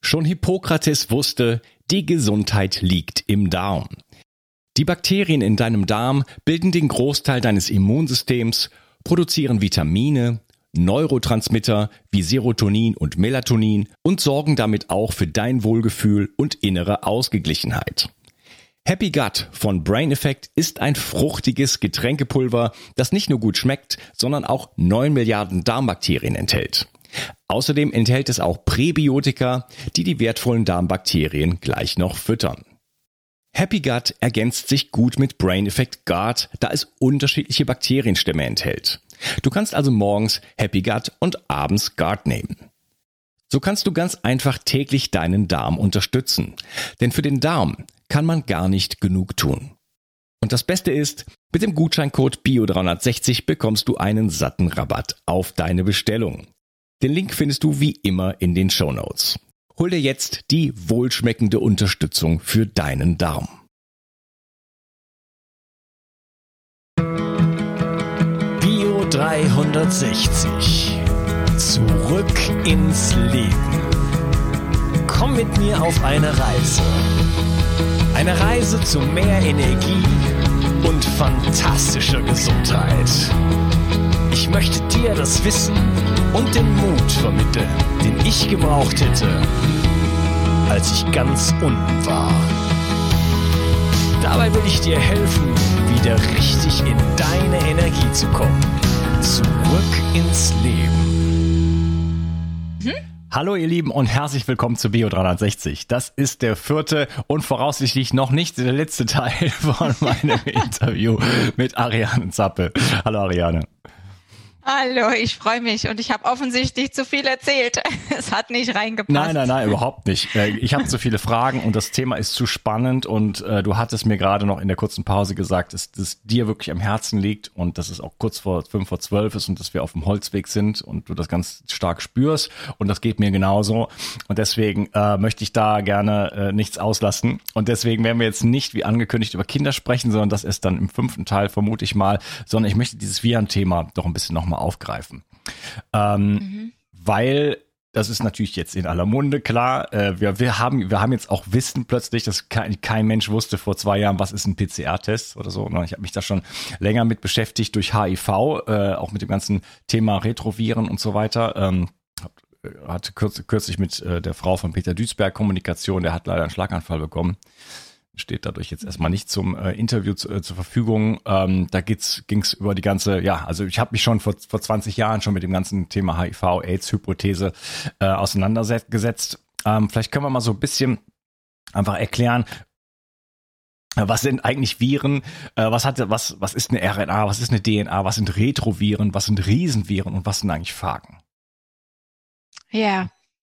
Schon Hippokrates wusste, die Gesundheit liegt im Darm. Die Bakterien in deinem Darm bilden den Großteil deines Immunsystems, produzieren Vitamine, Neurotransmitter wie Serotonin und Melatonin und sorgen damit auch für dein Wohlgefühl und innere Ausgeglichenheit. Happy Gut von Brain Effect ist ein fruchtiges Getränkepulver, das nicht nur gut schmeckt, sondern auch 9 Milliarden Darmbakterien enthält. Außerdem enthält es auch Präbiotika, die die wertvollen Darmbakterien gleich noch füttern. Happy Gut ergänzt sich gut mit Brain Effect Guard, da es unterschiedliche Bakterienstämme enthält. Du kannst also morgens Happy Gut und abends Guard nehmen. So kannst du ganz einfach täglich deinen Darm unterstützen. Denn für den Darm kann man gar nicht genug tun. Und das Beste ist, mit dem Gutscheincode BIO360 bekommst du einen satten Rabatt auf deine Bestellung. Den Link findest du wie immer in den Shownotes. Hol dir jetzt die wohlschmeckende Unterstützung für deinen Darm. Bio 360. Zurück ins Leben. Komm mit mir auf eine Reise. Eine Reise zu mehr Energie und fantastischer Gesundheit. Ich möchte dir das Wissen und den Mut vermitteln, den ich gebraucht hätte, als ich ganz unten war. Dabei will ich dir helfen, wieder richtig in deine Energie zu kommen. Zurück ins Leben. Hallo ihr Lieben und herzlich willkommen zu Bio360. Das ist der 4. und voraussichtlich noch nicht der letzte Teil von meinem Interview mit Ariane Zappel. Hallo Ariane. Hallo, ich freue mich und ich habe offensichtlich zu viel erzählt. Es hat nicht reingepasst. Nein, überhaupt nicht. Ich habe zu viele Fragen und das Thema ist zu spannend und du hattest mir gerade noch in der kurzen Pause gesagt, dass das dir wirklich am Herzen liegt und dass es auch kurz vor 11:55 ist und dass wir auf dem Holzweg sind und du das ganz stark spürst und das geht mir genauso und deswegen möchte ich da gerne nichts auslassen und deswegen werden wir jetzt nicht wie angekündigt über Kinder sprechen, sondern das ist dann im 5. Teil vermute ich mal, sondern ich möchte dieses Viren-Thema doch ein bisschen nochmal aufgreifen. Weil das ist natürlich jetzt in aller Munde, klar. Wir haben jetzt auch Wissen plötzlich, dass kein Mensch wusste vor 2 Jahren, was ist ein PCR-Test oder so. Ich habe mich da schon länger mit beschäftigt durch HIV, auch mit dem ganzen Thema Retroviren und so weiter. Hatte kürzlich mit der Frau von Peter Duisberg Kommunikation, der hat leider einen Schlaganfall bekommen. Steht dadurch jetzt erstmal nicht zum Interview zur Verfügung. Da ging's über die ganze, also ich habe mich schon vor 20 Jahren schon mit dem ganzen Thema HIV-AIDS-Hypothese auseinandergesetzt. Vielleicht können wir mal so ein bisschen einfach erklären, was sind eigentlich Viren, was ist eine RNA, was ist eine DNA, was sind Retroviren, was sind Riesenviren und was sind eigentlich Phagen? Ja,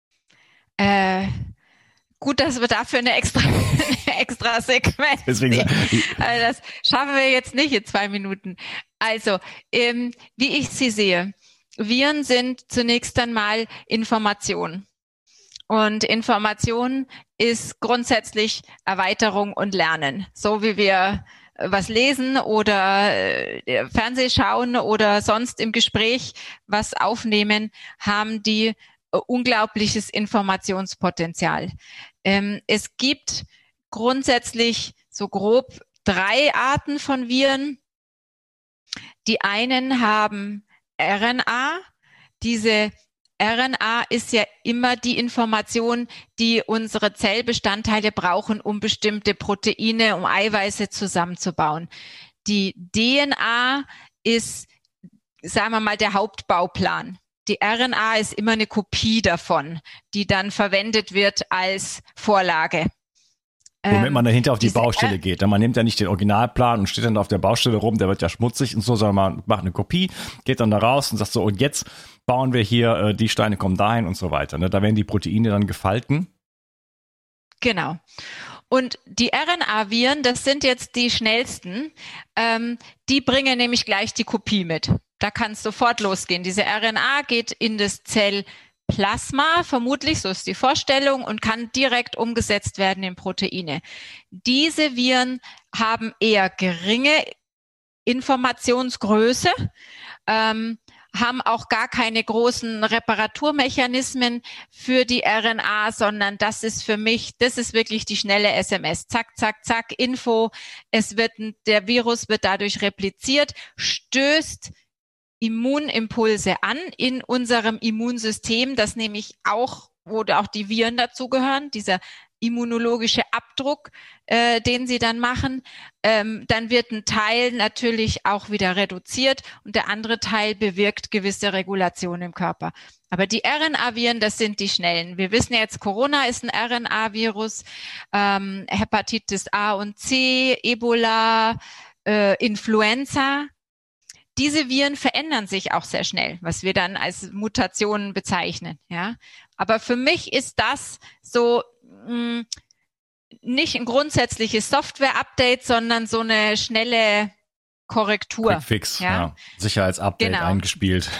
gut, dass wir dafür eine extra Sequenz Deswegen, also das schaffen wir jetzt nicht in 2 Minuten. Also, wie ich sie sehe, Viren sind zunächst einmal Information. Und Information ist grundsätzlich Erweiterung und Lernen. So wie wir was lesen oder Fernseh schauen oder sonst im Gespräch was aufnehmen, haben die unglaubliches Informationspotenzial. Es gibt grundsätzlich so grob 3 Arten von Viren. Die einen haben RNA. Diese RNA ist ja immer die Information, die unsere Zellbestandteile brauchen, um bestimmte Proteine, um Eiweiße zusammenzubauen. Die DNA ist, sagen wir mal, der Hauptbauplan. Die RNA ist immer eine Kopie davon, die dann verwendet wird als Vorlage. Womit man dahinter auf die Baustelle geht. Man nimmt ja nicht den Originalplan und steht dann auf der Baustelle rum, der wird ja schmutzig und so, sondern man macht eine Kopie, geht dann da raus und sagt so, und jetzt bauen wir hier, die Steine kommen dahin und so weiter. Da werden die Proteine dann gefalten. Genau. Und die RNA-Viren, das sind jetzt die schnellsten, die bringen nämlich gleich die Kopie mit. Da kann es sofort losgehen. Diese RNA geht in das Zellplasma, vermutlich, so ist die Vorstellung, und kann direkt umgesetzt werden in Proteine. Diese Viren haben eher geringe Informationsgröße, haben auch gar keine großen Reparaturmechanismen für die RNA, sondern das ist wirklich die schnelle SMS. Zack, zack, zack, Info. Der Virus wird dadurch repliziert, stößt Immunimpulse an in unserem Immunsystem, das nämlich wo auch die Viren dazugehören, dieser immunologische Abdruck, den sie dann machen. Dann wird ein Teil natürlich auch wieder reduziert und der andere Teil bewirkt gewisse Regulationen im Körper. Aber die RNA-Viren, das sind die schnellen. Wir wissen jetzt, Corona ist ein RNA-Virus, Hepatitis A und C, Ebola, Influenza. Diese Viren verändern sich auch sehr schnell, was wir dann als Mutationen bezeichnen. Ja, aber für mich ist das so nicht ein grundsätzliches Software-Update, sondern so eine schnelle Korrektur. Quickfix, ja. Sicherheitsupdate eingespielt.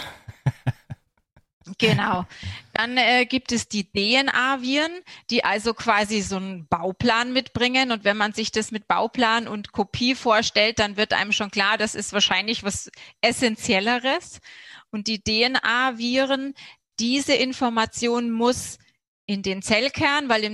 Genau. Dann gibt es die DNA-Viren, die also quasi so einen Bauplan mitbringen. Und wenn man sich das mit Bauplan und Kopie vorstellt, dann wird einem schon klar, das ist wahrscheinlich was Essentielleres. Und die DNA-Viren, diese Information muss in den Zellkern, weil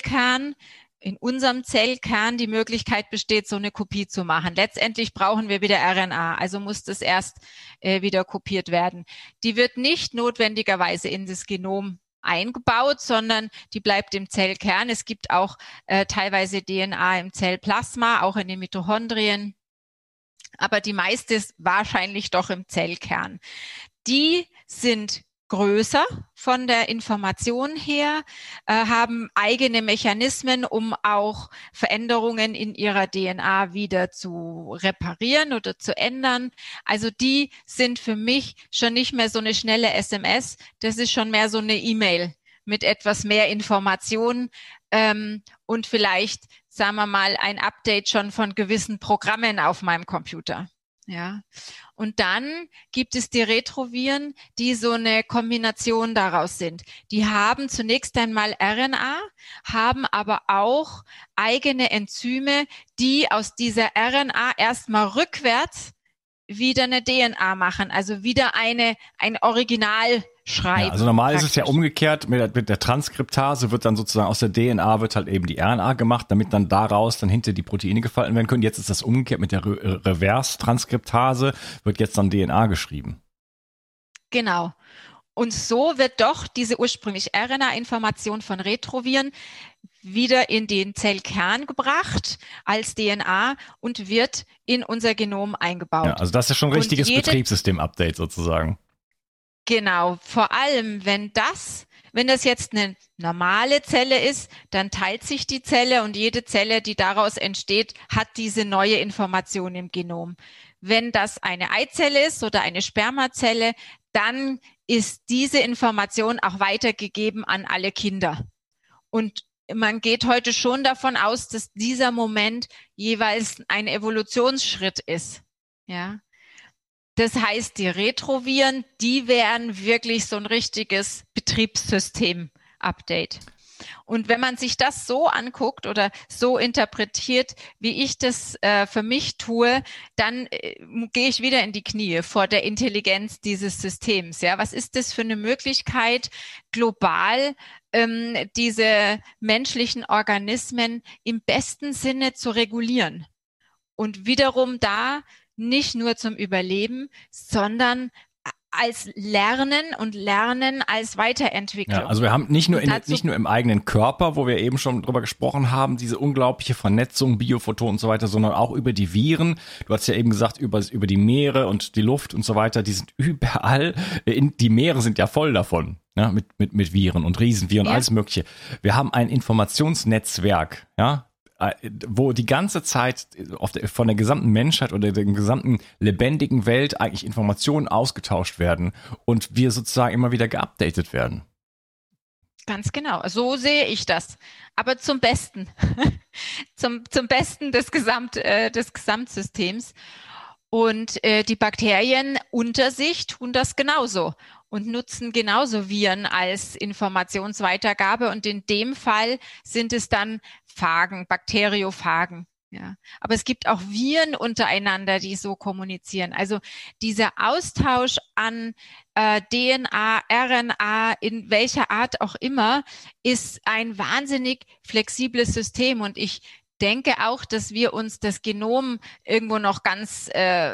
in unserem Zellkern die Möglichkeit besteht, so eine Kopie zu machen. Letztendlich brauchen wir wieder RNA, also muss das erst wieder kopiert werden. Die wird nicht notwendigerweise in das Genom eingebaut, sondern die bleibt im Zellkern. Es gibt auch teilweise DNA im Zellplasma, auch in den Mitochondrien, aber die meiste ist wahrscheinlich doch im Zellkern. Die sind größer von der Information her, haben eigene Mechanismen, um auch Veränderungen in ihrer DNA wieder zu reparieren oder zu ändern. Also die sind für mich schon nicht mehr so eine schnelle SMS, das ist schon mehr so eine E-Mail mit etwas mehr Information und vielleicht, sagen wir mal, ein Update schon von gewissen Programmen auf meinem Computer. Ja. Und dann gibt es die Retroviren, die so eine Kombination daraus sind. Die haben zunächst einmal RNA, haben aber auch eigene Enzyme, die aus dieser RNA erstmal rückwärts wieder eine DNA machen, also wieder ein Original schreiben. Ja, also normal ist es ja umgekehrt, mit der Transkriptase wird dann sozusagen aus der DNA wird halt eben die RNA gemacht, damit dann daraus dann hinter die Proteine gefalten werden können. Jetzt ist das umgekehrt, mit der Reverse-Transkriptase wird jetzt dann DNA geschrieben. Genau. Und so wird doch diese ursprünglich RNA-Information von Retroviren wieder in den Zellkern gebracht als DNA und wird in unser Genom eingebaut. Ja, also das ist schon ein richtiges Betriebssystem-Update sozusagen. Genau, vor allem wenn das jetzt eine normale Zelle ist, dann teilt sich die Zelle und jede Zelle, die daraus entsteht, hat diese neue Information im Genom. Wenn das eine Eizelle ist oder eine Spermazelle, dann ist diese Information auch weitergegeben an alle Kinder. Und man geht heute schon davon aus, dass dieser Moment jeweils ein Evolutionsschritt ist. Ja. Das heißt, die Retroviren, die wären wirklich so ein richtiges Betriebssystem-Update. Und wenn man sich das so anguckt oder so interpretiert, wie ich das für mich tue, dann gehe ich wieder in die Knie vor der Intelligenz dieses Systems. Ja, was ist das für eine Möglichkeit, global diese menschlichen Organismen im besten Sinne zu regulieren? Und wiederum da nicht nur zum Überleben, sondern als Lernen und Lernen als Weiterentwicklung. Ja, also wir haben nicht nur im eigenen Körper, wo wir eben schon drüber gesprochen haben, diese unglaubliche Vernetzung, Biophoton und so weiter, sondern auch über die Viren. Du hast ja eben gesagt, über die Meere und die Luft und so weiter, die sind überall. Die Meere sind ja voll davon, ja, mit Viren und Riesenviren, ja. Alles Mögliche. Wir haben ein Informationsnetzwerk, ja, wo die ganze Zeit von der gesamten Menschheit oder der gesamten lebendigen Welt eigentlich Informationen ausgetauscht werden und wir sozusagen immer wieder geupdatet werden. Ganz genau, so sehe ich das. Aber zum Besten, zum Besten des Gesamtsystems. Und die Bakterien unter sich tun das genauso und nutzen genauso Viren als Informationsweitergabe. Und in dem Fall sind es dann Phagen, Bakteriophagen. Ja, aber es gibt auch Viren untereinander, die so kommunizieren. Also dieser Austausch an DNA, RNA, in welcher Art auch immer, ist ein wahnsinnig flexibles System. Und ich denke auch, dass wir uns das Genom irgendwo noch ganz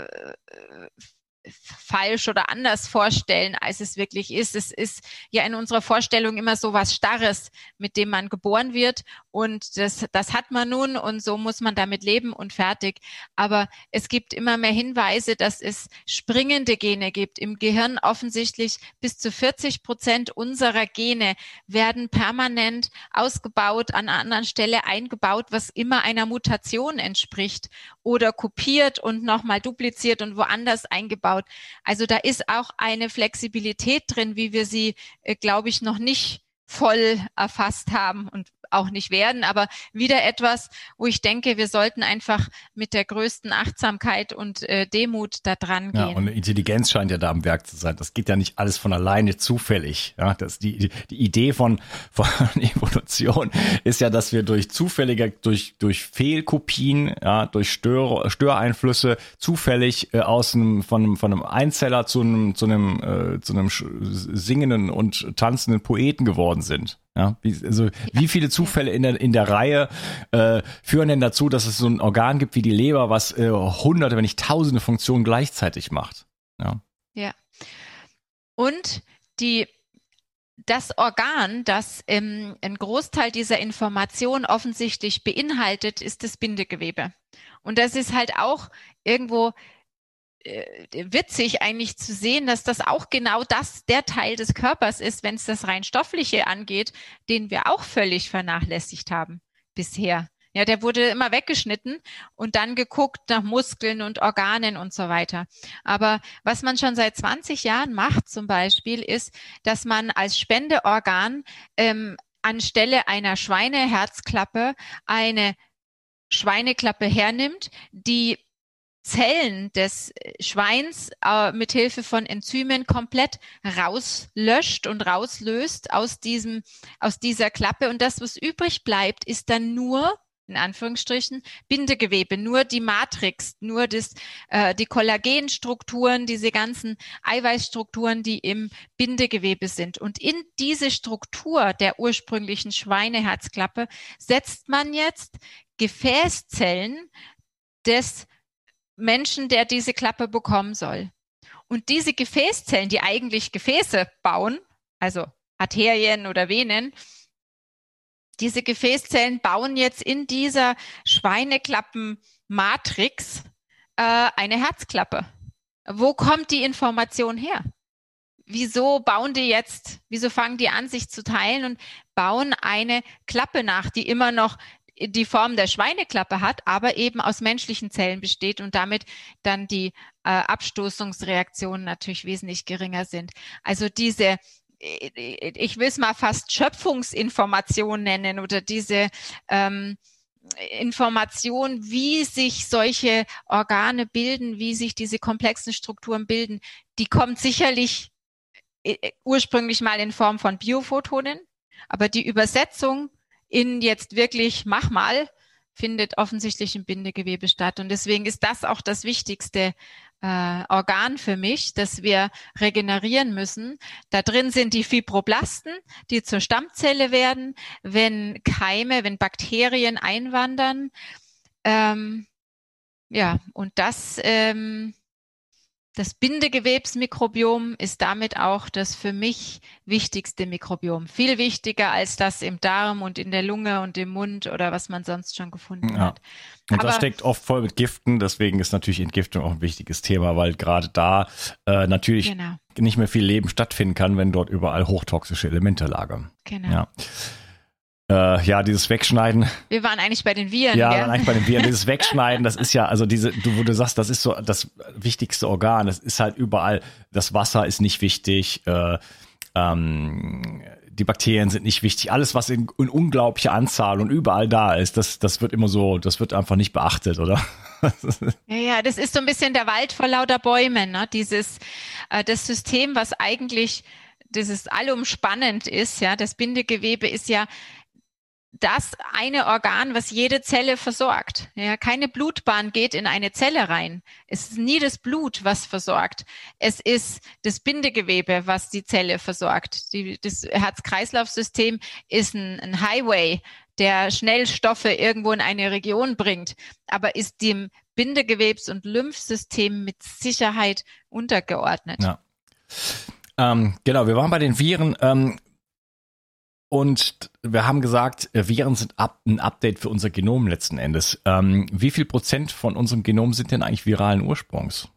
falsch oder anders vorstellen, als es wirklich ist. Es ist ja in unserer Vorstellung immer so was Starres, mit dem man geboren wird, und das hat man nun und so muss man damit leben und fertig. Aber es gibt immer mehr Hinweise, dass es springende Gene gibt. Im Gehirn offensichtlich bis zu 40% unserer Gene werden permanent ausgebaut, an einer anderen Stelle eingebaut, was immer einer Mutation entspricht oder kopiert und nochmal dupliziert und woanders eingebaut. Also da ist auch eine Flexibilität drin, wie wir sie, glaube ich, noch nicht voll erfasst haben und auch nicht werden, aber wieder etwas, wo ich denke, wir sollten einfach mit der größten Achtsamkeit und Demut da dran gehen. Ja, und Intelligenz scheint ja da am Werk zu sein. Das geht ja nicht alles von alleine zufällig. Ja, das die Idee von Evolution ist ja, dass wir durch durch Fehlkopien, ja, durch Störeinflüsse zufällig von einem Einzeller zu einem singenden und tanzenden Poeten geworden sind. Ja, wie viele Zufälle in der Reihe führen denn dazu, dass es so ein Organ gibt wie die Leber, was hunderte, wenn nicht tausende Funktionen gleichzeitig macht? Ja. Ja. Und das Organ, das einen Großteil dieser Information offensichtlich beinhaltet, ist das Bindegewebe. Und das ist halt auch irgendwo witzig eigentlich zu sehen, dass das auch genau der Teil des Körpers ist, wenn es das rein Stoffliche angeht, den wir auch völlig vernachlässigt haben bisher. Ja, der wurde immer weggeschnitten und dann geguckt nach Muskeln und Organen und so weiter. Aber was man schon seit 20 Jahren macht zum Beispiel, ist, dass man als Spendeorgan anstelle einer Schweineherzklappe eine Schweineklappe hernimmt, die Zellen des Schweins mit Hilfe von Enzymen komplett rauslöscht und rauslöst aus dieser Klappe. Und das, was übrig bleibt, ist dann nur, in Anführungsstrichen, Bindegewebe, nur die Matrix, nur die Kollagenstrukturen, diese ganzen Eiweißstrukturen, die im Bindegewebe sind. Und in diese Struktur der ursprünglichen Schweineherzklappe setzt man jetzt Gefäßzellen des Menschen, der diese Klappe bekommen soll. Und diese Gefäßzellen, die eigentlich Gefäße bauen, also Arterien oder Venen, diese Gefäßzellen bauen jetzt in dieser Schweineklappenmatrix eine Herzklappe. Wo kommt die Information her? Wieso fangen die an, sich zu teilen und bauen eine Klappe nach, die immer noch die Form der Schweineklappe hat, aber eben aus menschlichen Zellen besteht und damit dann die Abstoßungsreaktionen natürlich wesentlich geringer sind. Also diese, ich will es mal fast Schöpfungsinformation nennen, oder diese Information, wie sich solche Organe bilden, wie sich diese komplexen Strukturen bilden, die kommt sicherlich ursprünglich mal in Form von Biophotonen, aber die Übersetzung in jetzt wirklich mach mal findet offensichtlich im Bindegewebe statt. Und deswegen ist das auch das wichtigste Organ für mich, dass wir regenerieren müssen. Da drin sind die Fibroblasten, die zur Stammzelle werden, wenn Bakterien einwandern. Und das Bindegewebsmikrobiom ist damit auch das für mich wichtigste Mikrobiom. Viel wichtiger als das im Darm und in der Lunge und im Mund oder was man sonst schon gefunden hat. Und das steckt oft voll mit Giften. Deswegen ist natürlich Entgiftung auch ein wichtiges Thema, weil gerade da natürlich nicht mehr viel Leben stattfinden kann, wenn dort überall hochtoxische Elemente lagern. Genau. Ja. Dieses Wegschneiden. Wir waren eigentlich bei den Viren. Ja, eigentlich bei den Viren. Dieses Wegschneiden, das ist ja, also wo du sagst, das ist so das wichtigste Organ. Das ist halt überall. Das Wasser ist nicht wichtig. Die Bakterien sind nicht wichtig. Alles, was in unglaublicher Anzahl und überall da ist, das wird einfach nicht beachtet, oder? Ja, das ist so ein bisschen der Wald vor lauter Bäumen, ne? Das System, was eigentlich dieses allumspannend ist, ja, das Bindegewebe ist ja das eine Organ, was jede Zelle versorgt. Ja, keine Blutbahn geht in eine Zelle rein. Es ist nie das Blut, was versorgt. Es ist das Bindegewebe, was die Zelle versorgt. Das Herz-Kreislauf-System ist ein Highway, der schnell Stoffe irgendwo in eine Region bringt, aber ist dem Bindegewebs- und Lymphsystem mit Sicherheit untergeordnet. Ja. Genau, wir waren bei den Viren. Und wir haben gesagt, Viren sind ein Update für unser Genom letzten Endes. Wie viel Prozent von unserem Genom sind denn eigentlich viralen Ursprungs?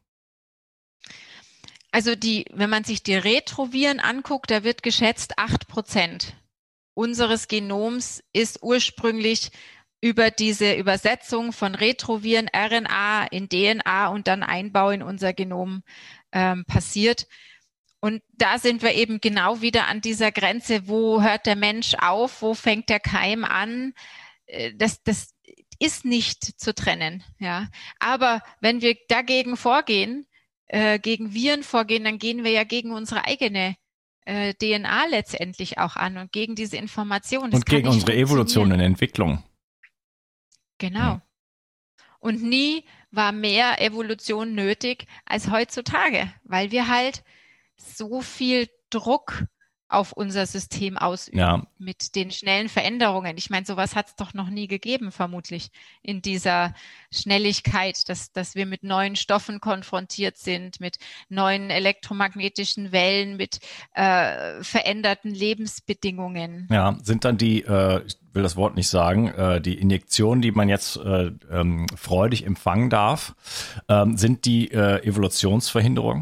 Also wenn man sich die Retroviren anguckt, da wird geschätzt 8% unseres Genoms ist ursprünglich über diese Übersetzung von Retroviren, RNA in DNA und dann Einbau in unser Genom passiert. Und da sind wir eben genau wieder an dieser Grenze, wo hört der Mensch auf, wo fängt der Keim an? Das ist nicht zu trennen. Ja. Aber wenn wir dagegen vorgehen, gegen Viren vorgehen, dann gehen wir ja gegen unsere eigene DNA letztendlich auch an und gegen diese Information. Und gegen unsere Evolution und Entwicklung. Genau. Ja. Und nie war mehr Evolution nötig als heutzutage, weil wir halt so viel Druck auf unser System ausüben mit den schnellen Veränderungen. Ich meine, sowas hat es doch noch nie gegeben, vermutlich, in dieser Schnelligkeit, dass wir mit neuen Stoffen konfrontiert sind, mit neuen elektromagnetischen Wellen, mit veränderten Lebensbedingungen. Ja, sind dann die, ich will das Wort nicht sagen, die Injektionen, die man jetzt freudig empfangen darf, sind die Evolutionsverhinderung?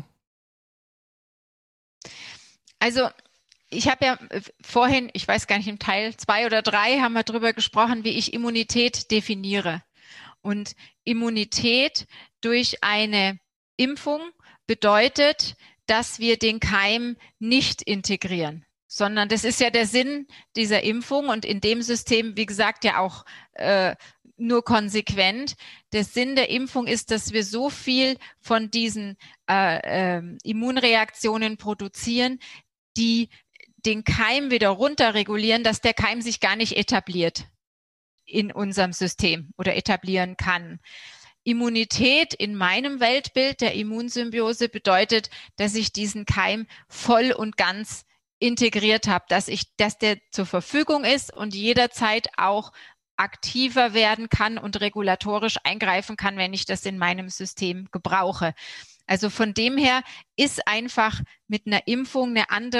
Also ich habe ja vorhin, ich weiß gar nicht, im Teil 2 oder 3 haben wir darüber gesprochen, wie ich Immunität definiere. Und Immunität durch eine Impfung bedeutet, dass wir den Keim nicht integrieren, sondern das ist ja der Sinn dieser Impfung und in dem System, wie gesagt, ja auch nur konsequent. Der Sinn der Impfung ist, dass wir so viel von diesen Immunreaktionen produzieren, die den Keim wieder runterregulieren, dass der Keim sich gar nicht etabliert in unserem System oder etablieren kann. Immunität in meinem Weltbild der Immunsymbiose bedeutet, dass ich diesen Keim voll und ganz integriert habe, dass der zur Verfügung ist und jederzeit auch aktiver werden kann und regulatorisch eingreifen kann, wenn ich das in meinem System gebrauche. Also von dem her ist einfach mit einer Impfung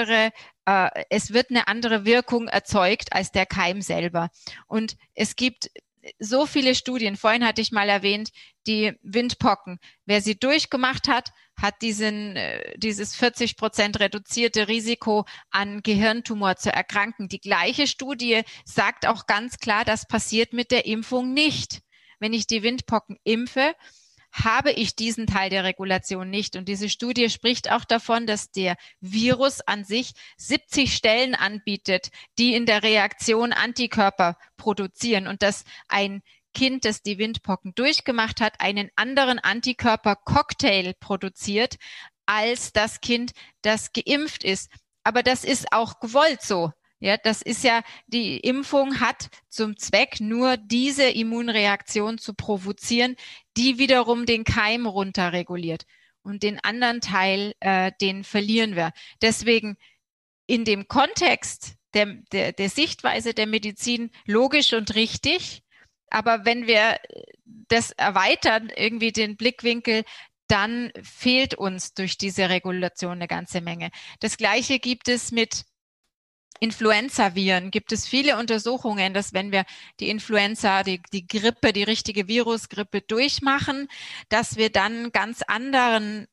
es wird eine andere Wirkung erzeugt als der Keim selber. Und es gibt so viele Studien, vorhin hatte ich mal erwähnt, die Windpocken. Wer sie durchgemacht hat, hat dieses 40% reduzierte Risiko an Gehirntumor zu erkranken. Die gleiche Studie sagt auch ganz klar, das passiert mit der Impfung nicht. Wenn ich die Windpocken impfe, habe ich diesen Teil der Regulation nicht. Und diese Studie spricht auch davon, dass der Virus an sich 70 Stellen anbietet, die in der Reaktion Antikörper produzieren und dass ein Kind, das die Windpocken durchgemacht hat, einen anderen Antikörper-Cocktail produziert als das Kind, das geimpft ist. Aber das ist auch gewollt so. Ja, das ist ja, die Impfung hat zum Zweck, nur diese Immunreaktion zu provozieren, die wiederum den Keim runterreguliert. Und den anderen Teil, den verlieren wir. Deswegen in dem Kontext der Sichtweise der Medizin logisch und richtig. Aber wenn wir das erweitern, irgendwie den Blickwinkel, dann fehlt uns durch diese Regulation eine ganze Menge. Das Gleiche gibt es mit Influenza-Viren. Gibt es viele Untersuchungen, dass wenn wir die Influenza, die Grippe, die richtige Virusgrippe durchmachen, dass wir dann ganz anderen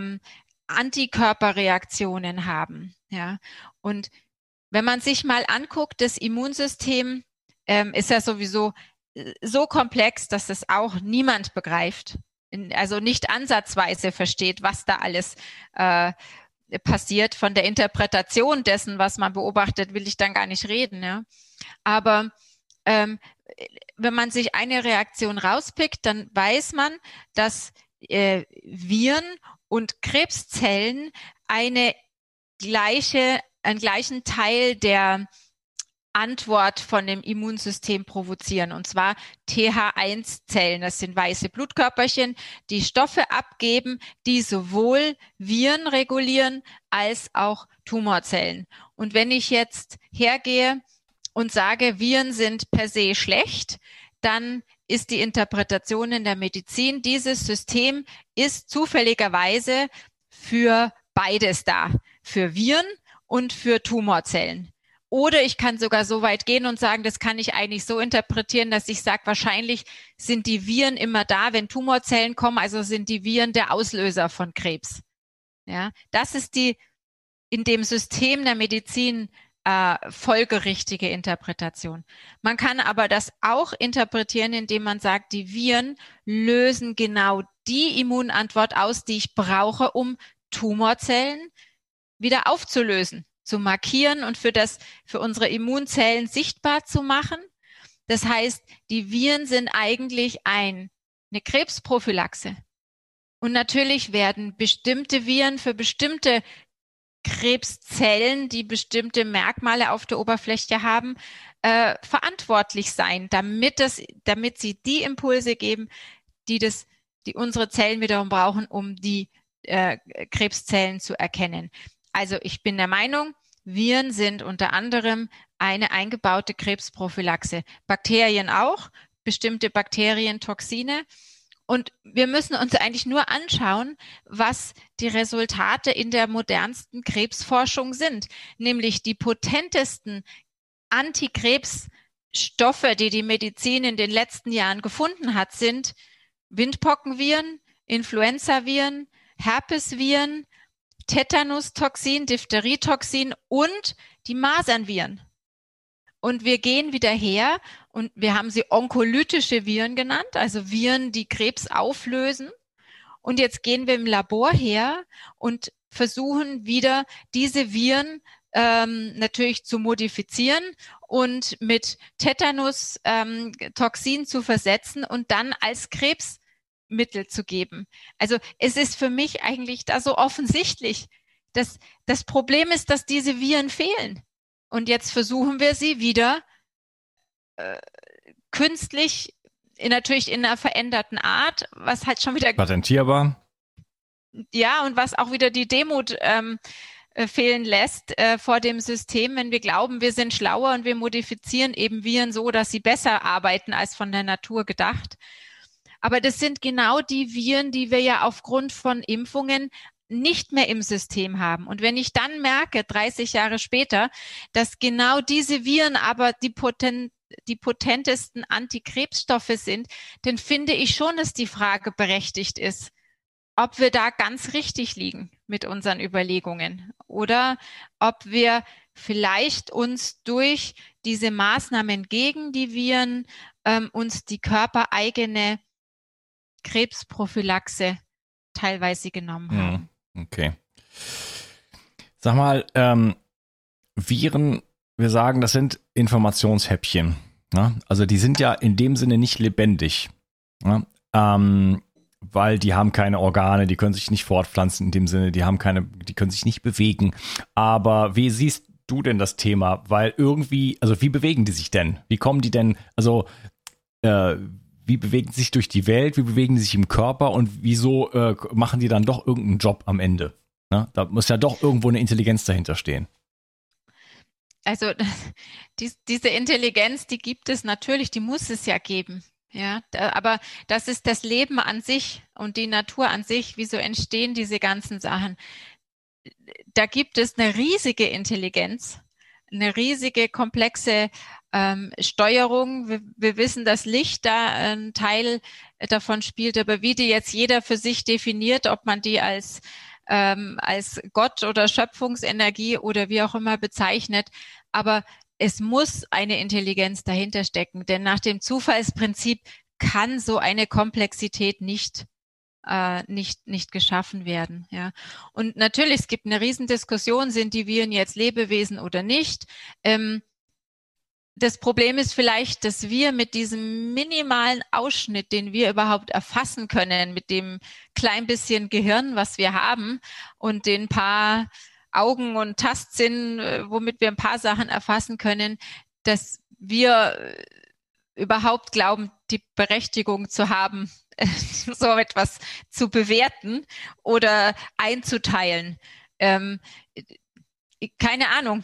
Antikörperreaktionen haben. Ja, und wenn man sich mal anguckt, das Immunsystem ist ja sowieso so komplex, dass es auch niemand begreift, also nicht ansatzweise versteht, was da alles passiert. Von der Interpretation dessen, was man beobachtet, will ich dann gar nicht reden. Ja. Aber wenn man sich eine Reaktion rauspickt, dann weiß man, dass Viren und Krebszellen einen gleichen Teil der Antwort von dem Immunsystem provozieren, und zwar TH1-Zellen. Das sind weiße Blutkörperchen, die Stoffe abgeben, die sowohl Viren regulieren als auch Tumorzellen. Und wenn ich jetzt hergehe und sage, Viren sind per se schlecht, dann ist die Interpretation in der Medizin, dieses System ist zufälligerweise für beides da, für Viren und für Tumorzellen. Oder ich kann sogar so weit gehen und sagen, das kann ich eigentlich so interpretieren, dass ich sage, wahrscheinlich sind die Viren immer da, wenn Tumorzellen kommen, also sind die Viren der Auslöser von Krebs. Ja, das ist die in dem System der Medizin folgerichtige Interpretation. Man kann aber das auch interpretieren, indem man sagt, die Viren lösen genau die Immunantwort aus, die ich brauche, um Tumorzellen wieder aufzulösen, zu markieren und für unsere Immunzellen sichtbar zu machen. Das heißt, die Viren sind eigentlich eine Krebsprophylaxe. Und natürlich werden bestimmte Viren für bestimmte Krebszellen, die bestimmte Merkmale auf der Oberfläche haben, verantwortlich sein, damit sie die Impulse geben, die unsere Zellen wiederum brauchen, um die Krebszellen zu erkennen. Also ich bin der Meinung, Viren sind unter anderem eine eingebaute Krebsprophylaxe. Bakterien auch, bestimmte Bakterien, Toxine. Und wir müssen uns eigentlich nur anschauen, was die Resultate in der modernsten Krebsforschung sind. Nämlich die potentesten Antikrebsstoffe, die die Medizin in den letzten Jahren gefunden hat, sind Windpockenviren, Influenzaviren, Herpesviren, Tetanustoxin, Diphtherietoxin und die Masernviren. Und wir gehen wieder her und wir haben sie onkolytische Viren genannt, also Viren, die Krebs auflösen. Und jetzt gehen wir im Labor her und versuchen wieder diese Viren natürlich zu modifizieren und mit Tetanus-Toxin zu versetzen und dann als Krebsmittel zu geben. Also es ist für mich eigentlich da so offensichtlich. Das Problem ist, dass diese Viren fehlen. Und jetzt versuchen wir sie wieder künstlich, natürlich in einer veränderten Art, was halt schon wieder patentierbar. Ja, und was auch wieder die Demut fehlen lässt vor dem System, wenn wir glauben, wir sind schlauer und wir modifizieren eben Viren so, dass sie besser arbeiten als von der Natur gedacht. Aber das sind genau die Viren, die wir ja aufgrund von Impfungen nicht mehr im System haben. Und wenn ich dann merke, 30 Jahre später, dass genau diese Viren aber die potentesten Antikrebsstoffe sind, dann finde ich schon, dass die Frage berechtigt ist, ob wir da ganz richtig liegen mit unseren Überlegungen oder ob wir vielleicht uns durch diese Maßnahmen gegen die Viren uns die körpereigene Krebsprophylaxe teilweise genommen haben. Okay. Sag mal, Viren, wir sagen, das sind Informationshäppchen. Ne? Also die sind ja in dem Sinne nicht lebendig. Ne? Weil die haben keine Organe, die können sich nicht fortpflanzen in dem Sinne, die können sich nicht bewegen. Aber wie siehst du denn das Thema? Weil irgendwie, also wie bewegen die sich denn? Wie kommen die denn, also wie bewegen sie sich durch die Welt, wie bewegen sie sich im Körper und wieso machen die dann doch irgendeinen Job am Ende? Ne? Da muss ja doch irgendwo eine Intelligenz dahinter stehen. Also diese Intelligenz, die gibt es natürlich, die muss es ja geben. Ja, aber das ist das Leben an sich und die Natur an sich. Wieso entstehen diese ganzen Sachen? Da gibt es eine riesige Intelligenz, eine riesige, komplexe Steuerung. Wir wissen, dass Licht da ein Teil davon spielt, aber wie die jetzt jeder für sich definiert, ob man die als Gott oder Schöpfungsenergie oder wie auch immer bezeichnet, aber es muss eine Intelligenz dahinter stecken, denn nach dem Zufallsprinzip kann so eine Komplexität nicht geschaffen werden. Ja. Und natürlich, es gibt eine Riesendiskussion, sind die Viren jetzt Lebewesen oder nicht? Das Problem ist vielleicht, dass wir mit diesem minimalen Ausschnitt, den wir überhaupt erfassen können, mit dem klein bisschen Gehirn, was wir haben und den paar Augen und Tastsinn, womit wir ein paar Sachen erfassen können, dass wir überhaupt glauben, die Berechtigung zu haben, so etwas zu bewerten oder einzuteilen. Keine Ahnung,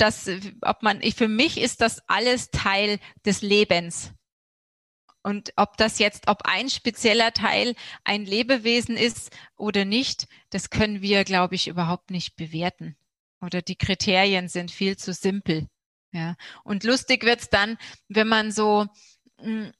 für mich ist das alles Teil des Lebens. Und ob ein spezieller Teil ein Lebewesen ist oder nicht, das können wir, glaube ich, überhaupt nicht bewerten. Oder die Kriterien sind viel zu simpel. Ja. Und lustig wird's dann, wenn man so in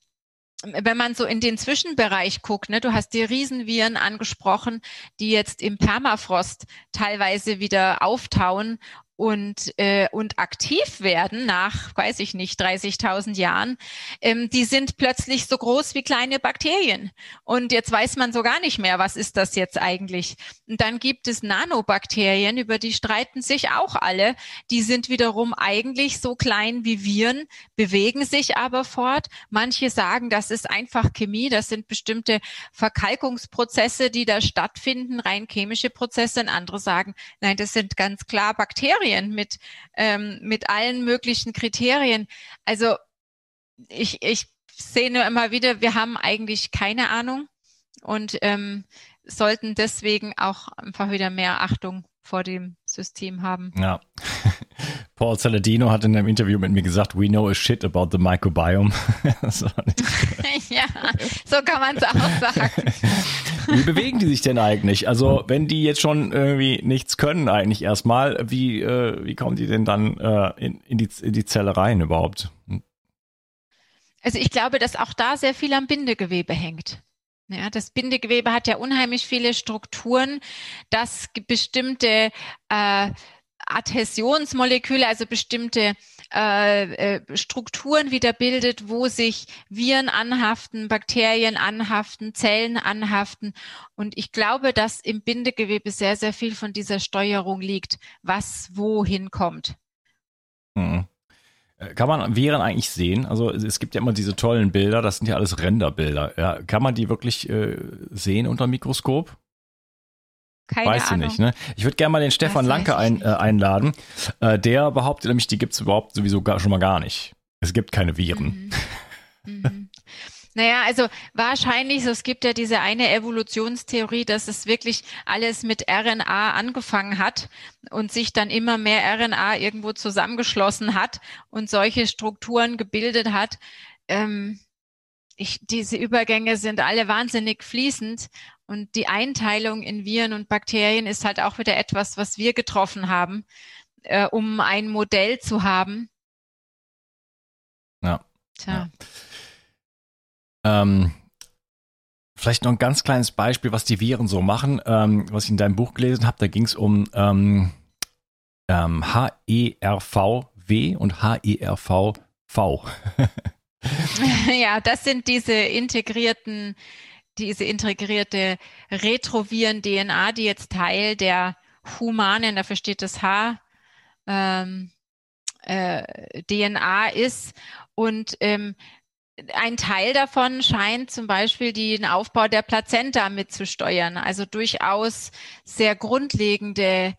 den Zwischenbereich guckt, ne, du hast die Riesenviren angesprochen, die jetzt im Permafrost teilweise wieder auftauen und aktiv werden nach, weiß ich nicht, 30.000 Jahren, die sind plötzlich so groß wie kleine Bakterien. Und jetzt weiß man so gar nicht mehr, was ist das jetzt eigentlich? Und dann gibt es Nanobakterien, über die streiten sich auch alle. Die sind wiederum eigentlich so klein wie Viren, bewegen sich aber fort. Manche sagen, das ist einfach Chemie, das sind bestimmte Verkalkungsprozesse, die da stattfinden, rein chemische Prozesse. Und andere sagen, nein, das sind ganz klar Bakterien mit allen möglichen Kriterien. Also ich sehe nur immer wieder, wir haben eigentlich keine Ahnung und sollten deswegen auch einfach wieder mehr Achtung vor dem System haben. Ja. Paul Saladino hat in einem Interview mit mir gesagt, we know a shit about the microbiome. Ja, so kann man es auch sagen. Wie bewegen die sich denn eigentlich? Also wenn die jetzt schon irgendwie nichts können eigentlich erstmal, wie kommen die denn dann in die Zelle rein überhaupt? Also ich glaube, dass auch da sehr viel am Bindegewebe hängt. Ja, das Bindegewebe hat ja unheimlich viele Strukturen, dass bestimmte Adhäsionsmoleküle, also bestimmte Strukturen wieder bildet, wo sich Viren anhaften, Bakterien anhaften, Zellen anhaften. Und ich glaube, dass im Bindegewebe sehr, sehr viel von dieser Steuerung liegt, was wohin kommt. Mhm. Kann man Viren eigentlich sehen? Also es gibt ja immer diese tollen Bilder, das sind ja alles Renderbilder. Ja, kann man die wirklich sehen unter dem Mikroskop? Keine Weißt Ahnung. du nicht, ne? Ich würde gerne mal den Stefan Lanke einladen. Der behauptet nämlich, die gibt es überhaupt sowieso schon mal gar nicht. Es gibt keine Viren. Mhm. Naja, also wahrscheinlich, so, es gibt ja diese eine Evolutionstheorie, dass es wirklich alles mit RNA angefangen hat und sich dann immer mehr RNA irgendwo zusammengeschlossen hat und solche Strukturen gebildet hat. Diese Übergänge sind alle wahnsinnig fließend und die Einteilung in Viren und Bakterien ist halt auch wieder etwas, was wir getroffen haben, um ein Modell zu haben. Ja. Tja. Ja. Vielleicht noch ein ganz kleines Beispiel, was die Viren so machen, was ich in deinem Buch gelesen habe. Da ging es um HERV-W und HERV-V. Ja, das sind diese integrierte Retroviren-DNA, die jetzt Teil der humanen, dafür steht das H, DNA ist. Und ein Teil davon scheint zum Beispiel den Aufbau der Plazenta mitzusteuern. Also durchaus sehr grundlegende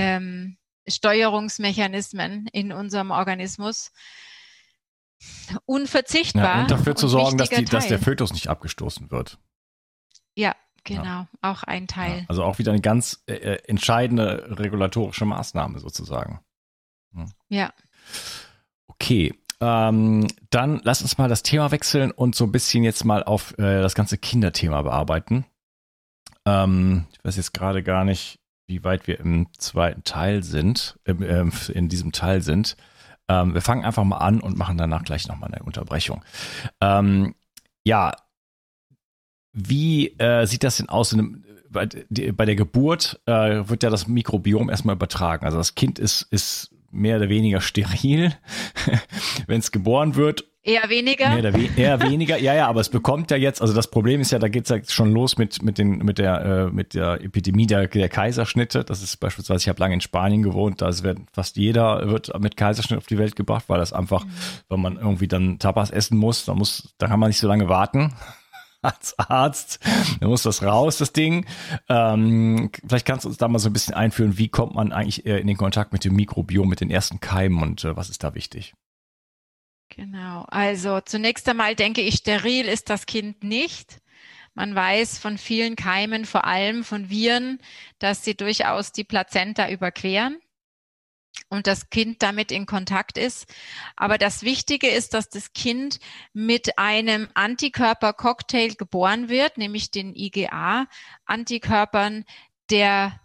Steuerungsmechanismen in unserem Organismus. Unverzichtbar. Ja, und dafür zu sorgen, dass wichtiger der Teil. Fötus nicht abgestoßen wird. Ja, genau. Ja. Auch ein Teil. Ja, also auch wieder eine ganz entscheidende regulatorische Maßnahme sozusagen. Ja. Okay. Dann lass uns mal das Thema wechseln und so ein bisschen jetzt mal auf das ganze Kinderthema bearbeiten. Ich weiß jetzt gerade gar nicht, wie weit wir im zweiten Teil sind, in diesem Teil sind. Wir fangen einfach mal an und machen danach gleich nochmal eine Unterbrechung. Ja, wie sieht das denn aus? Bei der Geburt wird ja das Mikrobiom erstmal übertragen. Also das Kind ist mehr oder weniger steril, wenn es geboren wird. Eher weniger? Eher weniger, ja, aber es bekommt ja jetzt, also das Problem ist ja, da geht's ja schon los mit der Epidemie der Kaiserschnitte. Das ist beispielsweise, ich habe lange in Spanien gewohnt, da fast jeder wird mit Kaiserschnitt auf die Welt gebracht, weil das einfach, wenn man irgendwie dann Tapas essen muss, da kann man nicht so lange warten. Als Arzt, da muss das raus, das Ding. Vielleicht kannst du uns da mal so ein bisschen einführen, wie kommt man eigentlich in den Kontakt mit dem Mikrobiom, mit den ersten Keimen und was ist da wichtig? Genau. Also zunächst einmal denke ich, steril ist das Kind nicht. Man weiß von vielen Keimen, vor allem von Viren, dass sie durchaus die Plazenta überqueren und das Kind damit in Kontakt ist. Aber das Wichtige ist, dass das Kind mit einem Antikörpercocktail geboren wird, nämlich den IgA-Antikörpern der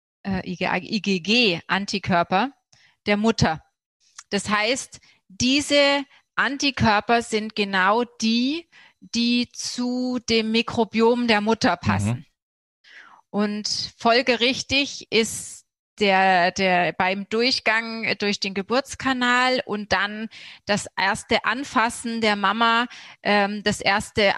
IgG-Antikörper der Mutter. Das heißt, diese Antikörper sind genau die zu dem Mikrobiom der Mutter passen. Und folgerichtig ist der beim Durchgang durch den Geburtskanal und dann das erste Anfassen der Mama, das erste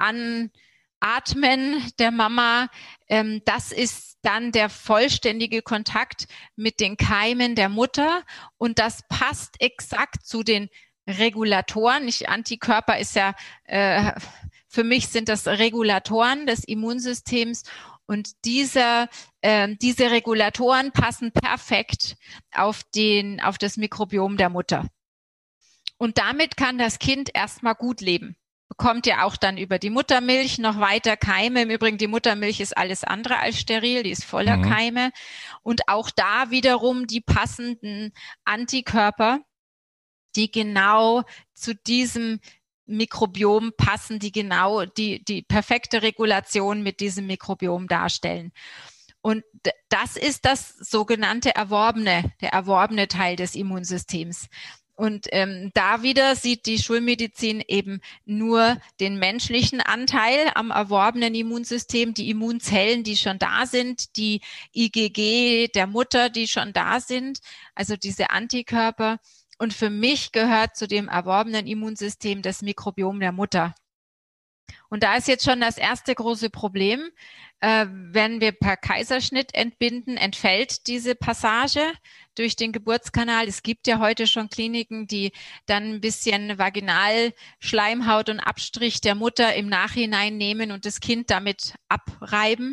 Anatmen der Mama, das ist dann der vollständige Kontakt mit den Keimen der Mutter und das passt exakt zu den Regulatoren. Antikörper ist ja, für mich sind das Regulatoren des Immunsystems und diese Regulatoren passen perfekt auf das Mikrobiom der Mutter. Und damit kann das Kind erstmal gut leben. Bekommt ja auch dann über die Muttermilch noch weiter Keime. Im Übrigen, die Muttermilch ist alles andere als steril, die ist voller Keime. Und auch da wiederum die passenden Antikörper, die genau zu diesem Mikrobiom passen, die genau die perfekte Regulation mit diesem Mikrobiom darstellen. Und das ist das sogenannte der erworbene Teil des Immunsystems. Und da wieder sieht die Schulmedizin eben nur den menschlichen Anteil am erworbenen Immunsystem, die Immunzellen, die schon da sind, die IgG der Mutter, die schon da sind, also diese Antikörper. Und für mich gehört zu dem erworbenen Immunsystem das Mikrobiom der Mutter. Und da ist jetzt schon das erste große Problem. Wenn wir per Kaiserschnitt entbinden, entfällt diese Passage durch den Geburtskanal. Es gibt ja heute schon Kliniken, die dann ein bisschen Vaginalschleimhaut und Abstrich der Mutter im Nachhinein nehmen und das Kind damit abreiben.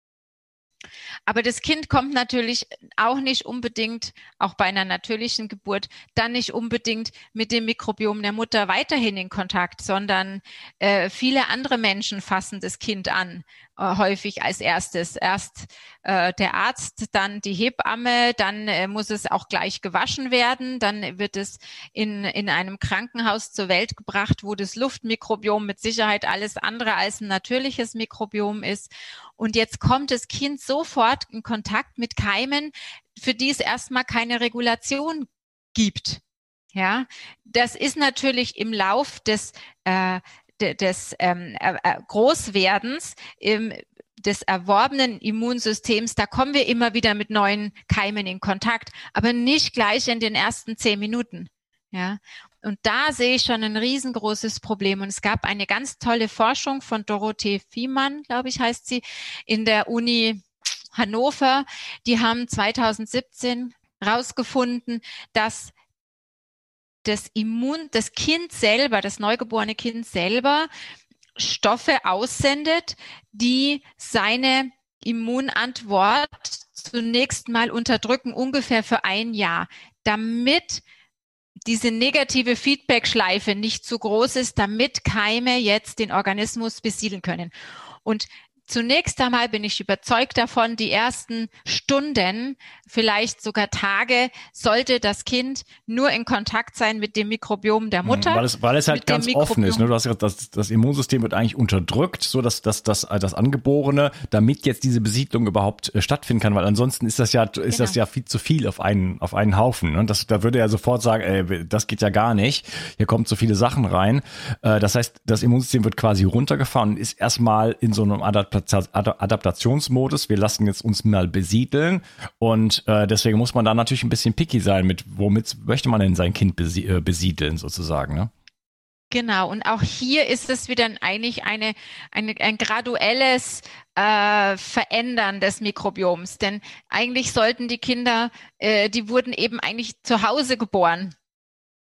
Aber das Kind kommt natürlich auch nicht unbedingt, auch bei einer natürlichen Geburt, dann nicht unbedingt mit dem Mikrobiom der Mutter weiterhin in Kontakt, sondern viele andere Menschen fassen das Kind an, häufig als erstes. Erst der Arzt, dann die Hebamme, dann muss es auch gleich gewaschen werden, dann wird es in einem Krankenhaus zur Welt gebracht, wo das Luftmikrobiom mit Sicherheit alles andere als ein natürliches Mikrobiom ist. Und jetzt kommt das Kind sofort in Kontakt mit Keimen, für die es erstmal keine Regulation gibt. Ja, das ist natürlich im Lauf des Großwerdens des erworbenen Immunsystems, da kommen wir immer wieder mit neuen Keimen in Kontakt, aber nicht gleich in den ersten 10 Minuten. Ja, und da sehe ich schon ein riesengroßes Problem. Und es gab eine ganz tolle Forschung von Dorothee Viehmann, glaube ich, heißt sie, in der Uni Hannover. Die haben 2017 rausgefunden, dass das Kind selber, das neugeborene Kind selber Stoffe aussendet, die seine Immunantwort zunächst mal unterdrücken, ungefähr für 1 Jahr, damit diese negative Feedback-Schleife nicht zu groß ist, damit Keime jetzt den Organismus besiedeln können. Und zunächst einmal bin ich überzeugt davon, die ersten Stunden, vielleicht sogar Tage, sollte das Kind nur in Kontakt sein mit dem Mikrobiom der Mutter. Weil es halt ganz offen ist. Ne? Du hast gesagt, das Immunsystem wird eigentlich unterdrückt, so dass das Angeborene, damit jetzt diese Besiedlung überhaupt stattfinden kann, weil ansonsten ist das ja viel zu viel auf einen Haufen. Ne? Da würde er sofort sagen, das geht ja gar nicht. Hier kommen so viele Sachen rein. Das heißt, das Immunsystem wird quasi runtergefahren und ist erstmal in so einem Adaptationsmodus. Wir lassen jetzt uns mal besiedeln und deswegen muss man da natürlich ein bisschen picky sein, womit möchte man denn sein Kind besiedeln sozusagen, ne? Genau, und auch hier ist es wieder eigentlich ein graduelles Verändern des Mikrobioms, denn eigentlich sollten die Kinder, die wurden eben eigentlich zu Hause geboren.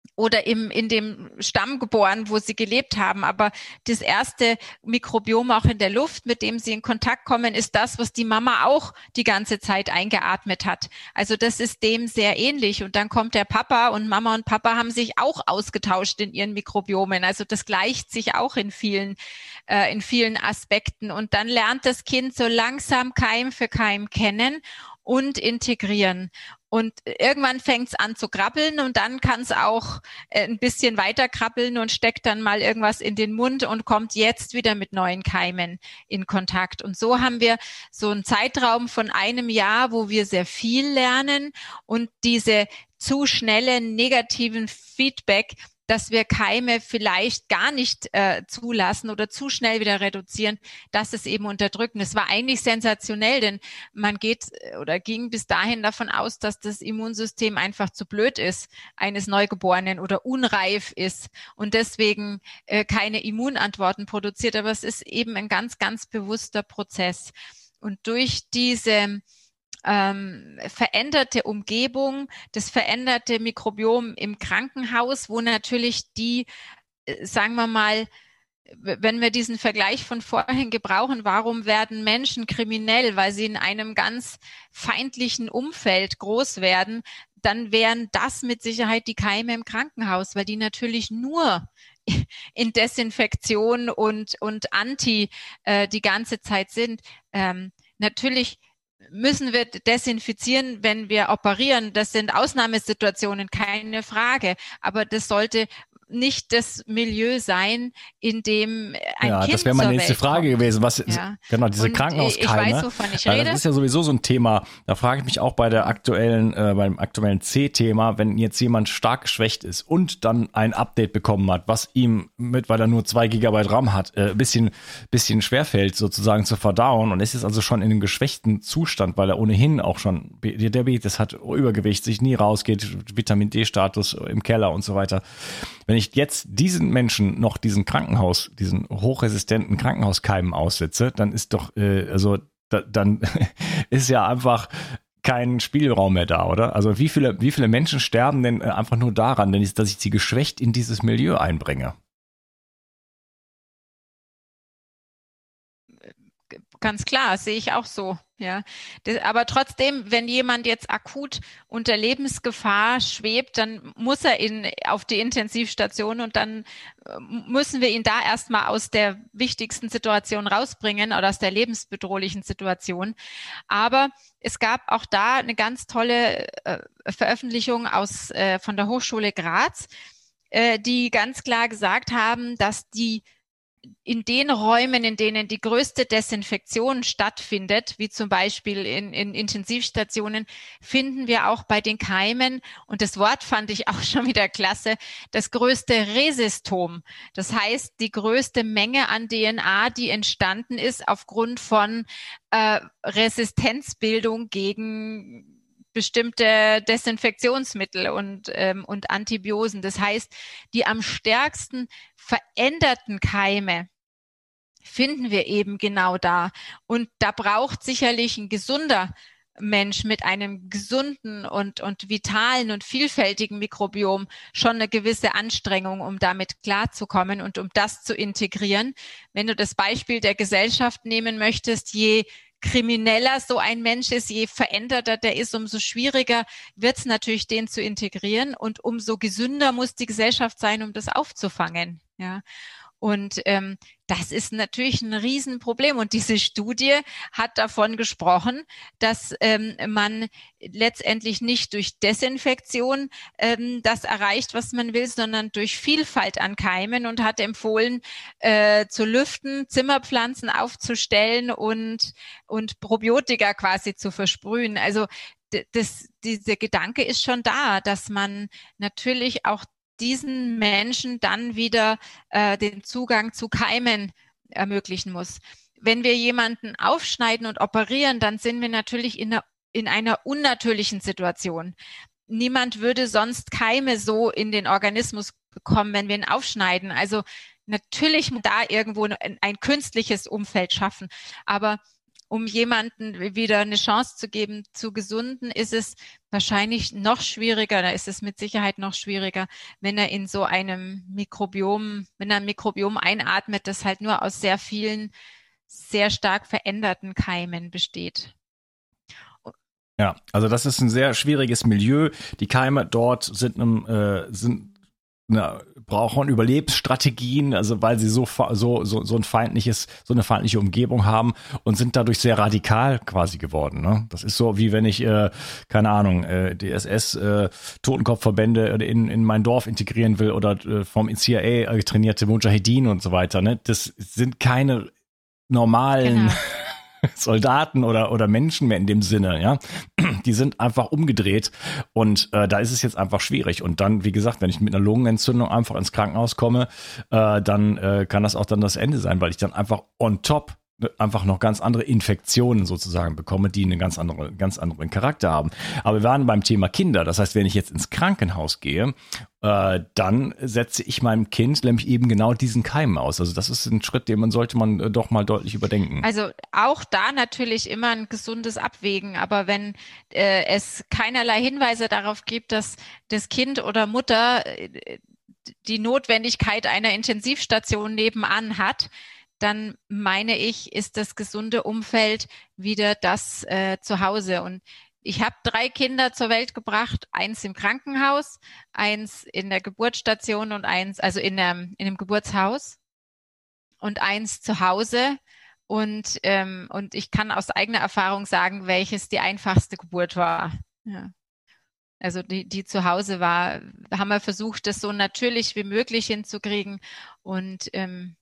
oder in dem Stamm geboren, wo sie gelebt haben. Aber das erste Mikrobiom auch in der Luft, mit dem sie in Kontakt kommen, ist das, was die Mama auch die ganze Zeit eingeatmet hat. Also das ist dem sehr ähnlich. Und dann kommt der Papa und Mama und Papa haben sich auch ausgetauscht in ihren Mikrobiomen. Also das gleicht sich auch in vielen Aspekten. Und dann lernt das Kind so langsam Keim für Keim kennen und integrieren. Und irgendwann fängt es an zu krabbeln und dann kann es auch ein bisschen weiter krabbeln und steckt dann mal irgendwas in den Mund und kommt jetzt wieder mit neuen Keimen in Kontakt. Und so haben wir so einen Zeitraum von einem Jahr, wo wir sehr viel lernen und diese zu schnellen negativen Feedback, dass wir Keime vielleicht gar nicht zulassen oder zu schnell wieder reduzieren, das ist eben unterdrücken. Es war eigentlich sensationell, denn man ging bis dahin davon aus, dass das Immunsystem einfach zu blöd ist, eines Neugeborenen oder unreif ist und deswegen keine Immunantworten produziert. Aber es ist eben ein ganz, ganz bewusster Prozess. Und durch diese veränderte Umgebung, das veränderte Mikrobiom im Krankenhaus, wo natürlich sagen wir mal, wenn wir diesen Vergleich von vorhin gebrauchen, warum werden Menschen kriminell, weil sie in einem ganz feindlichen Umfeld groß werden, dann wären das mit Sicherheit die Keime im Krankenhaus, weil die natürlich nur in Desinfektion und Anti die ganze Zeit sind. Natürlich müssen wir desinfizieren, wenn wir operieren. Das sind Ausnahmesituationen, keine Frage. Aber das sollte nicht das Milieu sein, in dem ein Kind das wäre meine nächste Frage gewesen. Genau, diese Krankenhauskeime. Ich weiß, wovon ich rede. Das ist ja sowieso so ein Thema. Da frage ich mich auch beim aktuellen C-Thema, wenn jetzt jemand stark geschwächt ist und dann ein Update bekommen hat, was ihm weil er nur 2 Gigabyte RAM hat, bisschen schwerfällt sozusagen zu verdauen und es ist also schon in einem geschwächten Zustand, weil er ohnehin auch schon Diabetes hat, Übergewicht, sich nie rausgeht, Vitamin D-Status im Keller und so weiter. Wenn ich jetzt diesen Menschen noch diesen hochresistenten Krankenhauskeimen aussetze, dann ist doch, dann ist ja einfach kein Spielraum mehr da, oder? Also wie viele Menschen sterben denn einfach nur daran, dass ich sie geschwächt in dieses Milieu einbringe? Ganz klar, sehe ich auch so, ja. Aber trotzdem, wenn jemand jetzt akut unter Lebensgefahr schwebt, dann muss er auf die Intensivstation und dann müssen wir ihn da erstmal aus der wichtigsten Situation rausbringen oder aus der lebensbedrohlichen Situation. Aber es gab auch da eine ganz tolle Veröffentlichung von der Hochschule Graz, die ganz klar gesagt haben, dass in den Räumen, in denen die größte Desinfektion stattfindet, wie zum Beispiel in Intensivstationen, finden wir auch bei den Keimen, und das Wort fand ich auch schon wieder klasse, das größte Resistom. Das heißt, die größte Menge an DNA, die entstanden ist aufgrund von Resistenzbildung gegen bestimmte Desinfektionsmittel und Antibiosen. Das heißt, die am stärksten veränderten Keime finden wir eben genau da. Und da braucht sicherlich ein gesunder Mensch mit einem gesunden und vitalen und vielfältigen Mikrobiom schon eine gewisse Anstrengung, um damit klarzukommen und um das zu integrieren. Wenn du das Beispiel der Gesellschaft nehmen möchtest, je krimineller so ein Mensch ist, je veränderter der ist, umso schwieriger wird es natürlich, den zu integrieren, und umso gesünder muss die Gesellschaft sein, um das aufzufangen. Ja. Und das ist natürlich ein Riesenproblem. Und diese Studie hat davon gesprochen, dass man letztendlich nicht durch Desinfektion das erreicht, was man will, sondern durch Vielfalt an Keimen, und hat empfohlen, zu lüften, Zimmerpflanzen aufzustellen und Probiotika quasi zu versprühen. Also dieser Gedanke ist schon da, dass man natürlich auch diesen Menschen dann wieder den Zugang zu Keimen ermöglichen muss. Wenn wir jemanden aufschneiden und operieren, dann sind wir natürlich in einer unnatürlichen Situation. Niemand würde sonst Keime so in den Organismus bekommen, wenn wir ihn aufschneiden. Also natürlich muss da irgendwo ein künstliches Umfeld schaffen. Aber um jemanden wieder eine Chance zu geben, zu gesunden, ist es wahrscheinlich noch schwieriger, da ist es mit Sicherheit noch schwieriger, wenn er in so einem Mikrobiom, wenn er ein Mikrobiom einatmet, das halt nur aus sehr vielen, sehr stark veränderten Keimen besteht. Ja, also das ist ein sehr schwieriges Milieu. Die Keime dort brauchen Überlebensstrategien, also weil sie so eine feindliche Umgebung haben und sind dadurch sehr radikal quasi geworden. Ne? Das ist so, wie wenn ich, keine Ahnung, die SS-Totenkopfverbände in mein Dorf integrieren will oder vom CIA trainierte Mujahedin und so weiter. Ne? Das sind keine normalen Soldaten oder Menschen mehr in dem Sinne, ja. Die sind einfach umgedreht und da ist es jetzt einfach schwierig. Und dann, wie gesagt, wenn ich mit einer Lungenentzündung einfach ins Krankenhaus komme, dann kann das auch dann das Ende sein, weil ich dann einfach on top einfach noch ganz andere Infektionen sozusagen bekomme, die einen ganz anderen Charakter haben. Aber wir waren beim Thema Kinder. Das heißt, wenn ich jetzt ins Krankenhaus gehe, dann setze ich meinem Kind nämlich eben genau diesen Keim aus. Also das ist ein Schritt, den sollte man doch mal deutlich überdenken. Also auch da natürlich immer ein gesundes Abwägen. Aber wenn es keinerlei Hinweise darauf gibt, dass das Kind oder Mutter die Notwendigkeit einer Intensivstation nebenan hat, dann meine ich, ist das gesunde Umfeld wieder das zu Hause. Und ich habe 3 Kinder zur Welt gebracht, 1 im Krankenhaus, 1 in der Geburtsstation und 1, also in dem Geburtshaus und 1 zu Hause. Und ich kann aus eigener Erfahrung sagen, welches die einfachste Geburt war. Ja. Also die zu Hause war, haben wir versucht, das so natürlich wie möglich hinzukriegen. Und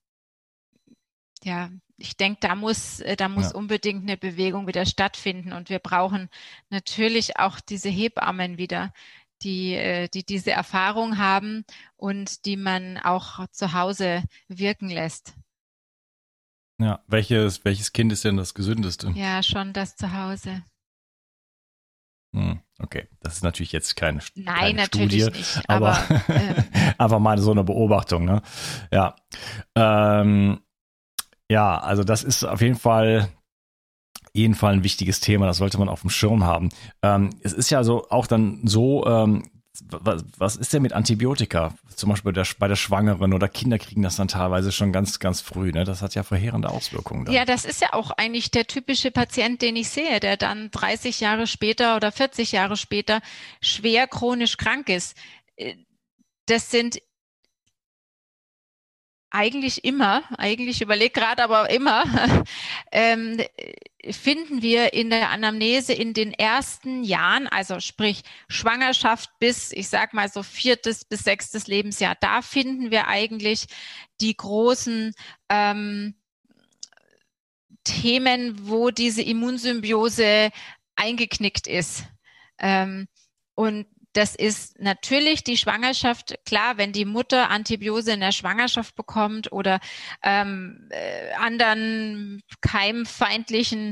ja, ich denke, da muss unbedingt eine Bewegung wieder stattfinden. Und wir brauchen natürlich auch diese Hebammen wieder, die diese Erfahrung haben und die man auch zu Hause wirken lässt. Ja, welches Kind ist denn das gesündeste? Ja, schon das zu Hause. Okay, das ist natürlich jetzt keine Nein, natürlich Studie, nicht, aber einfach mal so eine Beobachtung, ne? Ja. Ja, also das ist auf jeden Fall ein wichtiges Thema, das sollte man auf dem Schirm haben. Es ist ja so auch dann so, was ist denn mit Antibiotika? Zum Beispiel bei der Schwangeren oder Kinder kriegen das dann teilweise schon ganz, ganz früh. Ne? Das hat ja verheerende Auswirkungen dann. Ja, das ist ja auch eigentlich der typische Patient, den ich sehe, der dann 30 Jahre später oder 40 Jahre später schwer chronisch krank ist. Das sind eigentlich überlege gerade, aber immer, finden wir in der Anamnese in den ersten Jahren, also sprich Schwangerschaft bis, ich sag mal so 4. bis 6. Lebensjahr, da finden wir eigentlich die großen Themen, wo diese Immunsymbiose eingeknickt ist. Und das ist natürlich die Schwangerschaft, klar, wenn die Mutter Antibiose in der Schwangerschaft bekommt oder anderen keimfeindlichen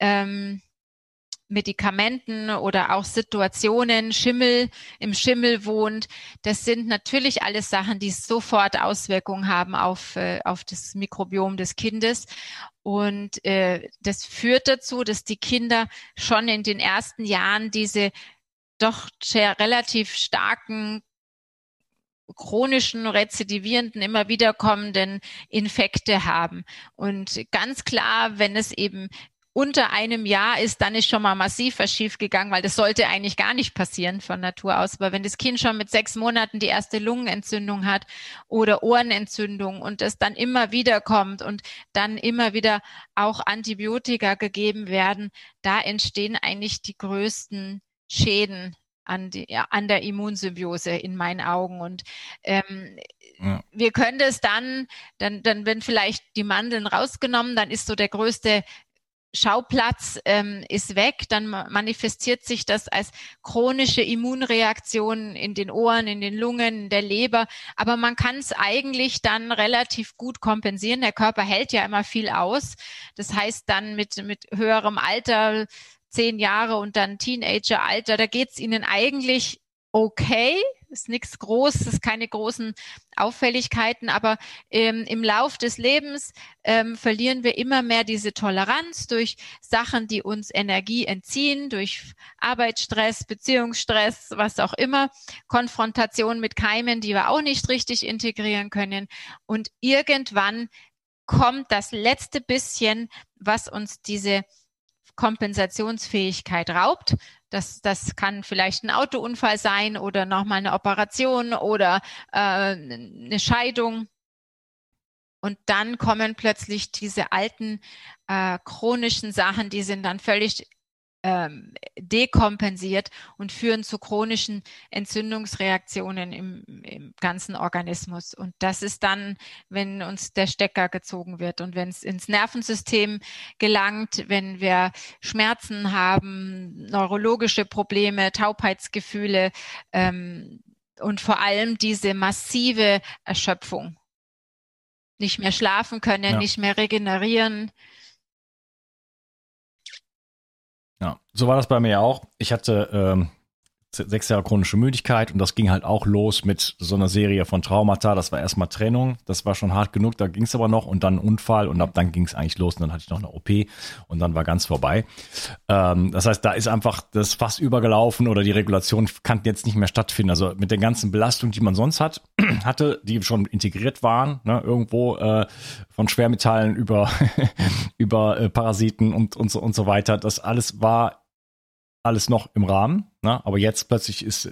Medikamenten oder auch Situationen, im Schimmel wohnt. Das sind natürlich alles Sachen, die sofort Auswirkungen haben auf das Mikrobiom des Kindes. Und das führt dazu, dass die Kinder schon in den ersten Jahren diese doch relativ starken, chronischen, rezidivierenden, immer wiederkommenden Infekte haben. Und ganz klar, wenn es eben unter einem Jahr ist, dann ist schon mal massiv was schiefgegangen, weil das sollte eigentlich gar nicht passieren von Natur aus. Aber wenn das Kind schon mit 6 Monaten die erste Lungenentzündung hat oder Ohrenentzündung und es dann immer wieder kommt und dann immer wieder auch Antibiotika gegeben werden, da entstehen eigentlich die größten Schäden an der Immunsymbiose in meinen Augen. Und wir können das dann wenn vielleicht die Mandeln rausgenommen, dann ist so der größte Schauplatz ist weg, dann manifestiert sich das als chronische Immunreaktion in den Ohren, in den Lungen, in der Leber. Aber man kann es eigentlich dann relativ gut kompensieren. Der Körper hält ja immer viel aus. Das heißt dann mit höherem Alter, 10 Jahre und dann Teenageralter, da geht's ihnen eigentlich okay, ist nichts Großes, ist keine großen Auffälligkeiten, aber im Lauf des Lebens verlieren wir immer mehr diese Toleranz durch Sachen, die uns Energie entziehen, durch Arbeitsstress, Beziehungsstress, was auch immer, Konfrontation mit Keimen, die wir auch nicht richtig integrieren können. Und irgendwann kommt das letzte bisschen, was uns diese Kompensationsfähigkeit raubt. Das kann vielleicht ein Autounfall sein oder nochmal eine Operation oder eine Scheidung. Und dann kommen plötzlich diese alten chronischen Sachen, die sind dann völlig dekompensiert und führen zu chronischen Entzündungsreaktionen im ganzen Organismus. Und das ist dann, wenn uns der Stecker gezogen wird und wenn es ins Nervensystem gelangt, wenn wir Schmerzen haben, neurologische Probleme, Taubheitsgefühle und vor allem diese massive Erschöpfung. Nicht mehr schlafen können, nicht mehr regenerieren. Ja, so war das bei mir auch. Ich hatte 6 Jahre chronische Müdigkeit und das ging halt auch los mit so einer Serie von Traumata. Das war erstmal Trennung, das war schon hart genug, da ging es aber noch und dann ein Unfall und ab dann ging es eigentlich los und dann hatte ich noch eine OP und dann war ganz vorbei. Das heißt, da ist einfach das Fass übergelaufen oder die Regulation kann jetzt nicht mehr stattfinden. Also mit den ganzen Belastungen, die man sonst hatte, die schon integriert waren, ne, irgendwo von Schwermetallen über über Parasiten und so weiter, das alles war alles noch im Rahmen, ne? Aber jetzt plötzlich ist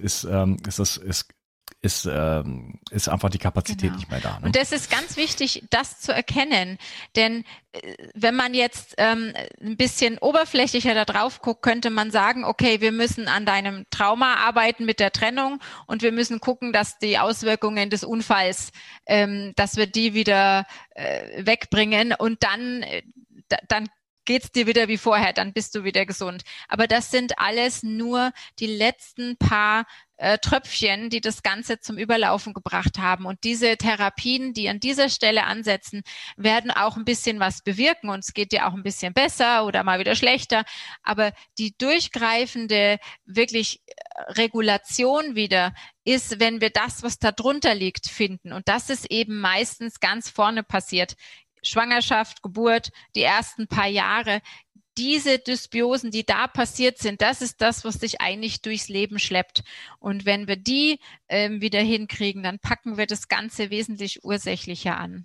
einfach die Kapazität nicht mehr da. Ne? Und das ist ganz wichtig, das zu erkennen, denn wenn man jetzt ein bisschen oberflächlicher da drauf guckt, könnte man sagen, okay, wir müssen an deinem Trauma arbeiten mit der Trennung und wir müssen gucken, dass die Auswirkungen des Unfalls, dass wir die wieder wegbringen und dann geht's dir wieder wie vorher, dann bist du wieder gesund. Aber das sind alles nur die letzten paar Tröpfchen, die das Ganze zum Überlaufen gebracht haben. Und diese Therapien, die an dieser Stelle ansetzen, werden auch ein bisschen was bewirken. Und es geht dir auch ein bisschen besser oder mal wieder schlechter. Aber die durchgreifende, wirklich Regulation wieder ist, wenn wir das, was da drunter liegt, finden. Und das ist eben meistens ganz vorne passiert. Schwangerschaft, Geburt, die ersten paar Jahre, diese Dysbiosen, die da passiert sind, das ist das, was sich eigentlich durchs Leben schleppt. Und wenn wir die wieder hinkriegen, dann packen wir das Ganze wesentlich ursächlicher an.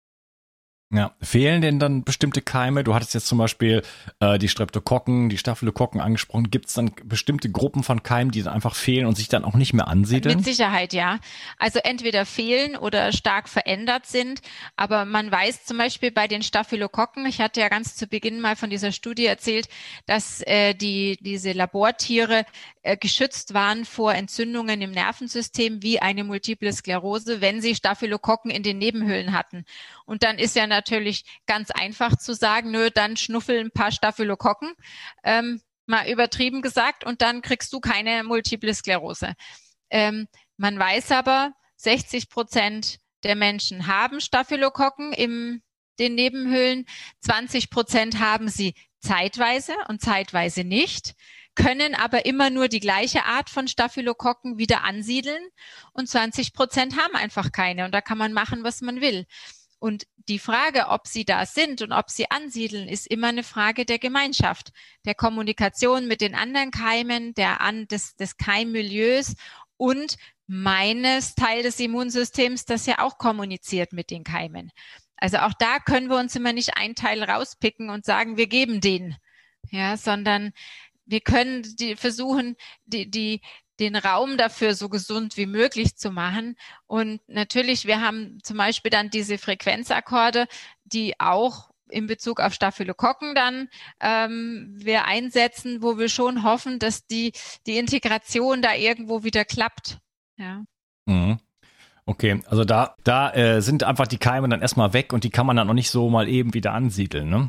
Ja, fehlen denn dann bestimmte Keime? Du hattest jetzt zum Beispiel die Streptokokken, die Staphylokokken angesprochen. Gibt es dann bestimmte Gruppen von Keimen, die dann einfach fehlen und sich dann auch nicht mehr ansiedeln? Mit Sicherheit, ja. Also entweder fehlen oder stark verändert sind. Aber man weiß zum Beispiel bei den Staphylokokken, ich hatte ja ganz zu Beginn mal von dieser Studie erzählt, dass diese Labortiere geschützt waren vor Entzündungen im Nervensystem wie eine Multiple Sklerose, wenn sie Staphylokokken in den Nebenhöhlen hatten. Und dann ist ja natürlich ganz einfach zu sagen, nö, dann schnuffel ein paar Staphylokokken, mal übertrieben gesagt, und dann kriegst du keine Multiple Sklerose. Man weiß aber, 60% der Menschen haben Staphylokokken in den Nebenhöhlen, 20% haben sie zeitweise und zeitweise nicht, können aber immer nur die gleiche Art von Staphylokokken wieder ansiedeln und 20% haben einfach keine und da kann man machen, was man will. Und die Frage, ob sie da sind und ob sie ansiedeln, ist immer eine Frage der Gemeinschaft, der Kommunikation mit den anderen Keimen, des Keimmilieus und meines Teil des Immunsystems, das ja auch kommuniziert mit den Keimen. Also auch da können wir uns immer nicht einen Teil rauspicken und sagen, wir geben den, ja, sondern wir können versuchen, den Raum dafür so gesund wie möglich zu machen. Und natürlich, wir haben zum Beispiel dann diese Frequenzakkorde, die auch in Bezug auf Staphylokokken dann wir einsetzen, wo wir schon hoffen, dass die Integration da irgendwo wieder klappt. Ja. Mhm. Okay, also da sind einfach die Keime dann erstmal weg und die kann man dann noch nicht so mal eben wieder ansiedeln, ne?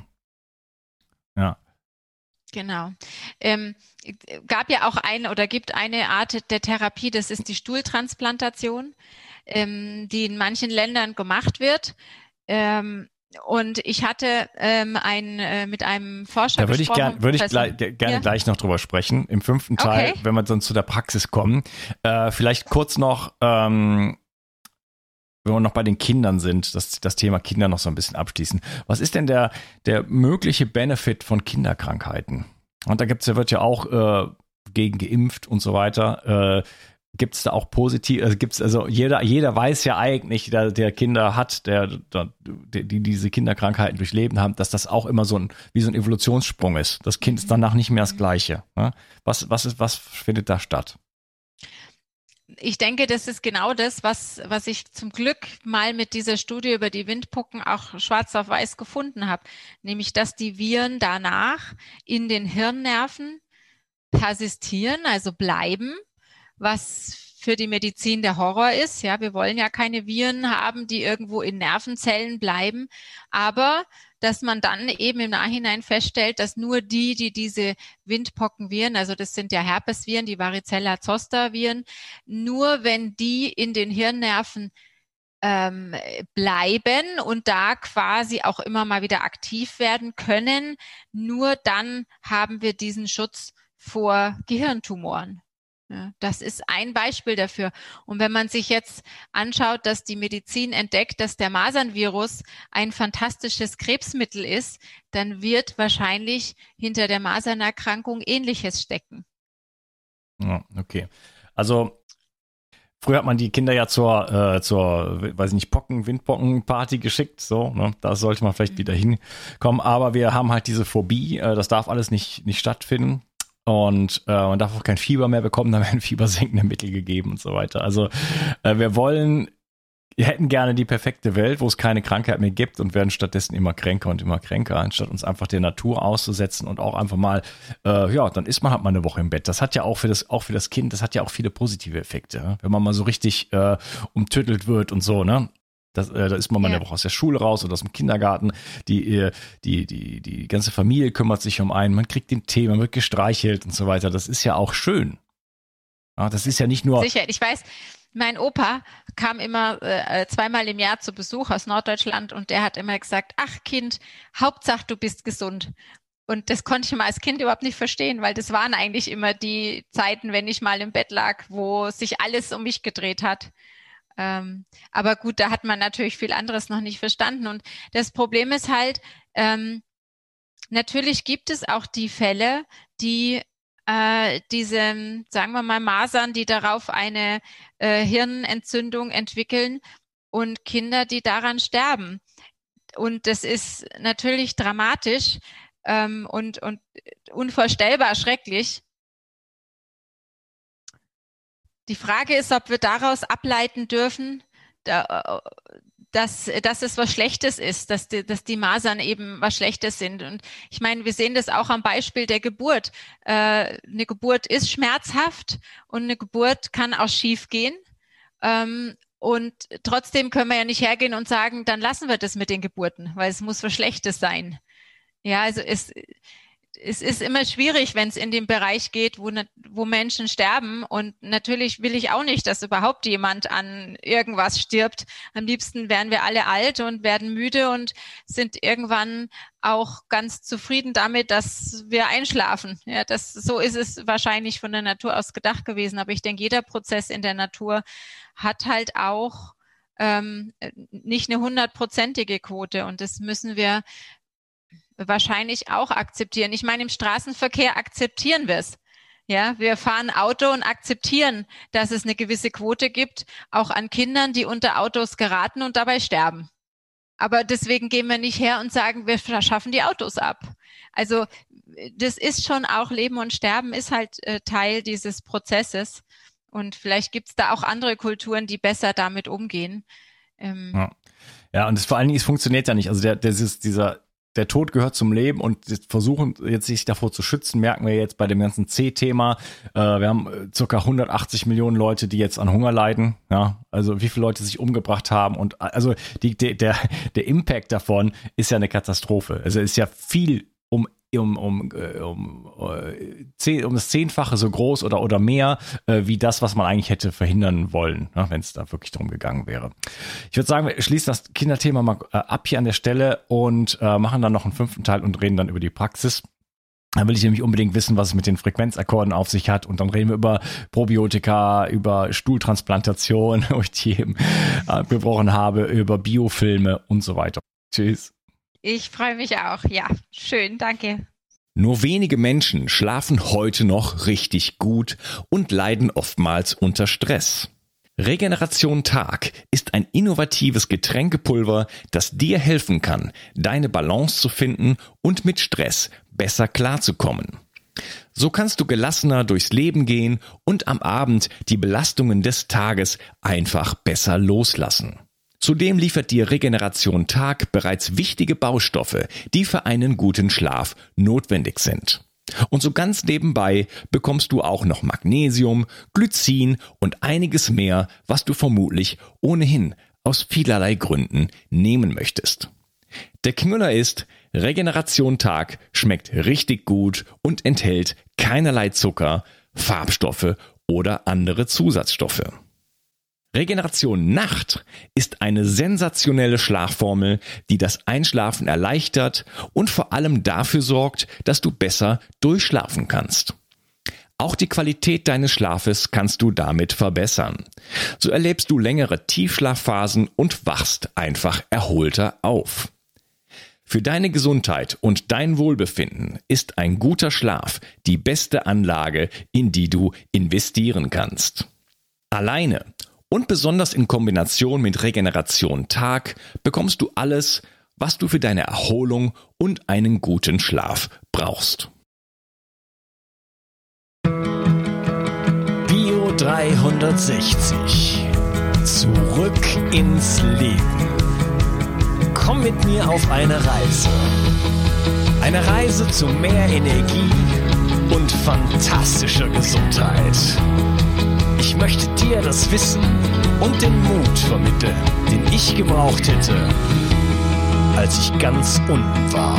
Ja. Genau. Gibt eine Art der Therapie, das ist die Stuhltransplantation, die in manchen Ländern gemacht wird. Und ich hatte mit einem Forscher gesprochen. Da würde ich gerne gleich noch drüber sprechen, im 5. Teil, wenn wir dann zu der Praxis kommen. Vielleicht kurz noch, wenn wir noch bei den Kindern sind, das Thema Kinder noch so ein bisschen abschließen. Was ist denn der mögliche Benefit von Kinderkrankheiten? Und da wird ja auch gegen geimpft und so weiter. Gibt es da auch positiv, jeder weiß ja eigentlich, der Kinder hat, die diese Kinderkrankheiten durchleben haben, dass das auch immer wie so ein Evolutionssprung ist. Das Kind ist danach nicht mehr das Gleiche. Ne? Was findet da statt? Ich denke, das ist genau das, was ich zum Glück mal mit dieser Studie über die Windpocken auch schwarz auf weiß gefunden habe. Nämlich, dass die Viren danach in den Hirnnerven persistieren, also bleiben, was für die Medizin der Horror ist. Ja, wir wollen ja keine Viren haben, die irgendwo in Nervenzellen bleiben, aber dass man dann eben im Nachhinein feststellt, dass nur die diese Windpockenviren, also das sind ja Herpesviren, die Varicella-Zoster-Viren, nur wenn die in den Hirnnerven bleiben und da quasi auch immer mal wieder aktiv werden können, nur dann haben wir diesen Schutz vor Gehirntumoren. Ja, das ist ein Beispiel dafür. Und wenn man sich jetzt anschaut, dass die Medizin entdeckt, dass der Masernvirus ein fantastisches Krebsmittel ist, dann wird wahrscheinlich hinter der Masernerkrankung Ähnliches stecken. Ja, okay. Also früher hat man die Kinder ja zur weiß ich nicht, Windpockenparty geschickt, so, ne? Da sollte man vielleicht wieder hinkommen. Aber wir haben halt diese Phobie, das darf alles nicht stattfinden. Und man darf auch kein Fieber mehr bekommen, dann werden fiebersenkende Mittel gegeben und so weiter. Also wir hätten gerne die perfekte Welt, wo es keine Krankheit mehr gibt und werden stattdessen immer kränker und immer kränker, anstatt uns einfach der Natur auszusetzen und auch einfach mal, dann ist man halt mal eine Woche im Bett. Das hat ja auch für das Kind, das hat ja auch viele positive Effekte, ne? Wenn man mal so richtig umtüttelt wird und so, ne? Da ist man mal eine Woche aus der Schule raus oder aus dem Kindergarten. Die ganze Familie kümmert sich um einen. Man kriegt den Tee, man wird gestreichelt und so weiter. Das ist ja auch schön. Ja, das ist ja nicht nur... Sicher, ich weiß, mein Opa kam immer 2-mal im Jahr zu Besuch aus Norddeutschland und der hat immer gesagt, ach Kind, Hauptsache du bist gesund. Und das konnte ich mal als Kind überhaupt nicht verstehen, weil das waren eigentlich immer die Zeiten, wenn ich mal im Bett lag, wo sich alles um mich gedreht hat. Aber gut, da hat man natürlich viel anderes noch nicht verstanden. Und das Problem ist halt, natürlich gibt es auch die Fälle, die diese, sagen wir mal, Masern, die darauf eine Hirnentzündung entwickeln und Kinder, die daran sterben. Und das ist natürlich dramatisch und unvorstellbar schrecklich. Die Frage ist, ob wir daraus ableiten dürfen, dass es was Schlechtes ist, dass die Masern eben was Schlechtes sind. Und ich meine, wir sehen das auch am Beispiel der Geburt. Eine Geburt ist schmerzhaft und eine Geburt kann auch schief gehen. Und trotzdem können wir ja nicht hergehen und sagen, dann lassen wir das mit den Geburten, weil es muss was Schlechtes sein. Ja, also es ist immer schwierig, wenn es in den Bereich geht, wo Menschen sterben. Und natürlich will ich auch nicht, dass überhaupt jemand an irgendwas stirbt. Am liebsten wären wir alle alt und werden müde und sind irgendwann auch ganz zufrieden damit, dass wir einschlafen. Ja, so ist es wahrscheinlich von der Natur aus gedacht gewesen. Aber ich denke, jeder Prozess in der Natur hat halt auch nicht eine 100-prozentige Quote. Und das müssen wir wahrscheinlich auch akzeptieren. Ich meine, im Straßenverkehr akzeptieren wir es. Ja, wir fahren Auto und akzeptieren, dass es eine gewisse Quote gibt, auch an Kindern, die unter Autos geraten und dabei sterben. Aber deswegen gehen wir nicht her und sagen, wir schaffen die Autos ab. Also das ist schon auch Leben und Sterben ist halt Teil dieses Prozesses. Und vielleicht gibt es da auch andere Kulturen, die besser damit umgehen. Ja, und vor allen Dingen, es funktioniert ja nicht. Also der Tod gehört zum Leben und versuchen jetzt sich davor zu schützen, merken wir jetzt bei dem ganzen C-Thema. Wir haben ca. 180 Millionen Leute, die jetzt an Hunger leiden. Ja, also wie viele Leute sich umgebracht haben und also der Impact davon ist ja eine Katastrophe. Also es ist ja viel um um das 10-fache so groß oder mehr wie das, was man eigentlich hätte verhindern wollen, ne, wenn es da wirklich drum gegangen wäre. Ich würde sagen, wir schließen das Kinderthema mal ab hier an der Stelle und machen dann noch einen 5. Teil und reden dann über die Praxis. Da will ich nämlich unbedingt wissen, was es mit den Frequenzakkorden auf sich hat. Und dann reden wir über Probiotika, über Stuhltransplantation, wo ich die eben besprochen habe, über Biofilme und so weiter. Tschüss. Ich freue mich auch. Ja, schön, danke. Nur wenige Menschen schlafen heute noch richtig gut und leiden oftmals unter Stress. Regeneration Tag ist ein innovatives Getränkepulver, das dir helfen kann, deine Balance zu finden und mit Stress besser klarzukommen. So kannst du gelassener durchs Leben gehen und am Abend die Belastungen des Tages einfach besser loslassen. Zudem liefert dir Regeneration Tag bereits wichtige Baustoffe, die für einen guten Schlaf notwendig sind. Und so ganz nebenbei bekommst du auch noch Magnesium, Glycin und einiges mehr, was du vermutlich ohnehin aus vielerlei Gründen nehmen möchtest. Der Knüller ist, Regeneration Tag schmeckt richtig gut und enthält keinerlei Zucker, Farbstoffe oder andere Zusatzstoffe. Regeneration Nacht ist eine sensationelle Schlafformel, die das Einschlafen erleichtert und vor allem dafür sorgt, dass du besser durchschlafen kannst. Auch die Qualität deines Schlafes kannst du damit verbessern. So erlebst du längere Tiefschlafphasen und wachst einfach erholter auf. Für deine Gesundheit und dein Wohlbefinden ist ein guter Schlaf die beste Anlage, in die du investieren kannst. Alleine und besonders in Kombination mit Regeneration Tag bekommst du alles, was du für deine Erholung und einen guten Schlaf brauchst. Bio 360. Zurück ins Leben. Komm mit mir auf eine Reise. Eine Reise zu mehr Energie und fantastischer Gesundheit. Ich möchte dir das Wissen und den Mut vermitteln, den ich gebraucht hätte, als ich ganz unten war.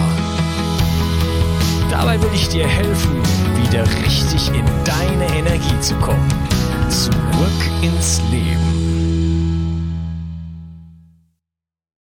Dabei will ich dir helfen, wieder richtig in deine Energie zu kommen.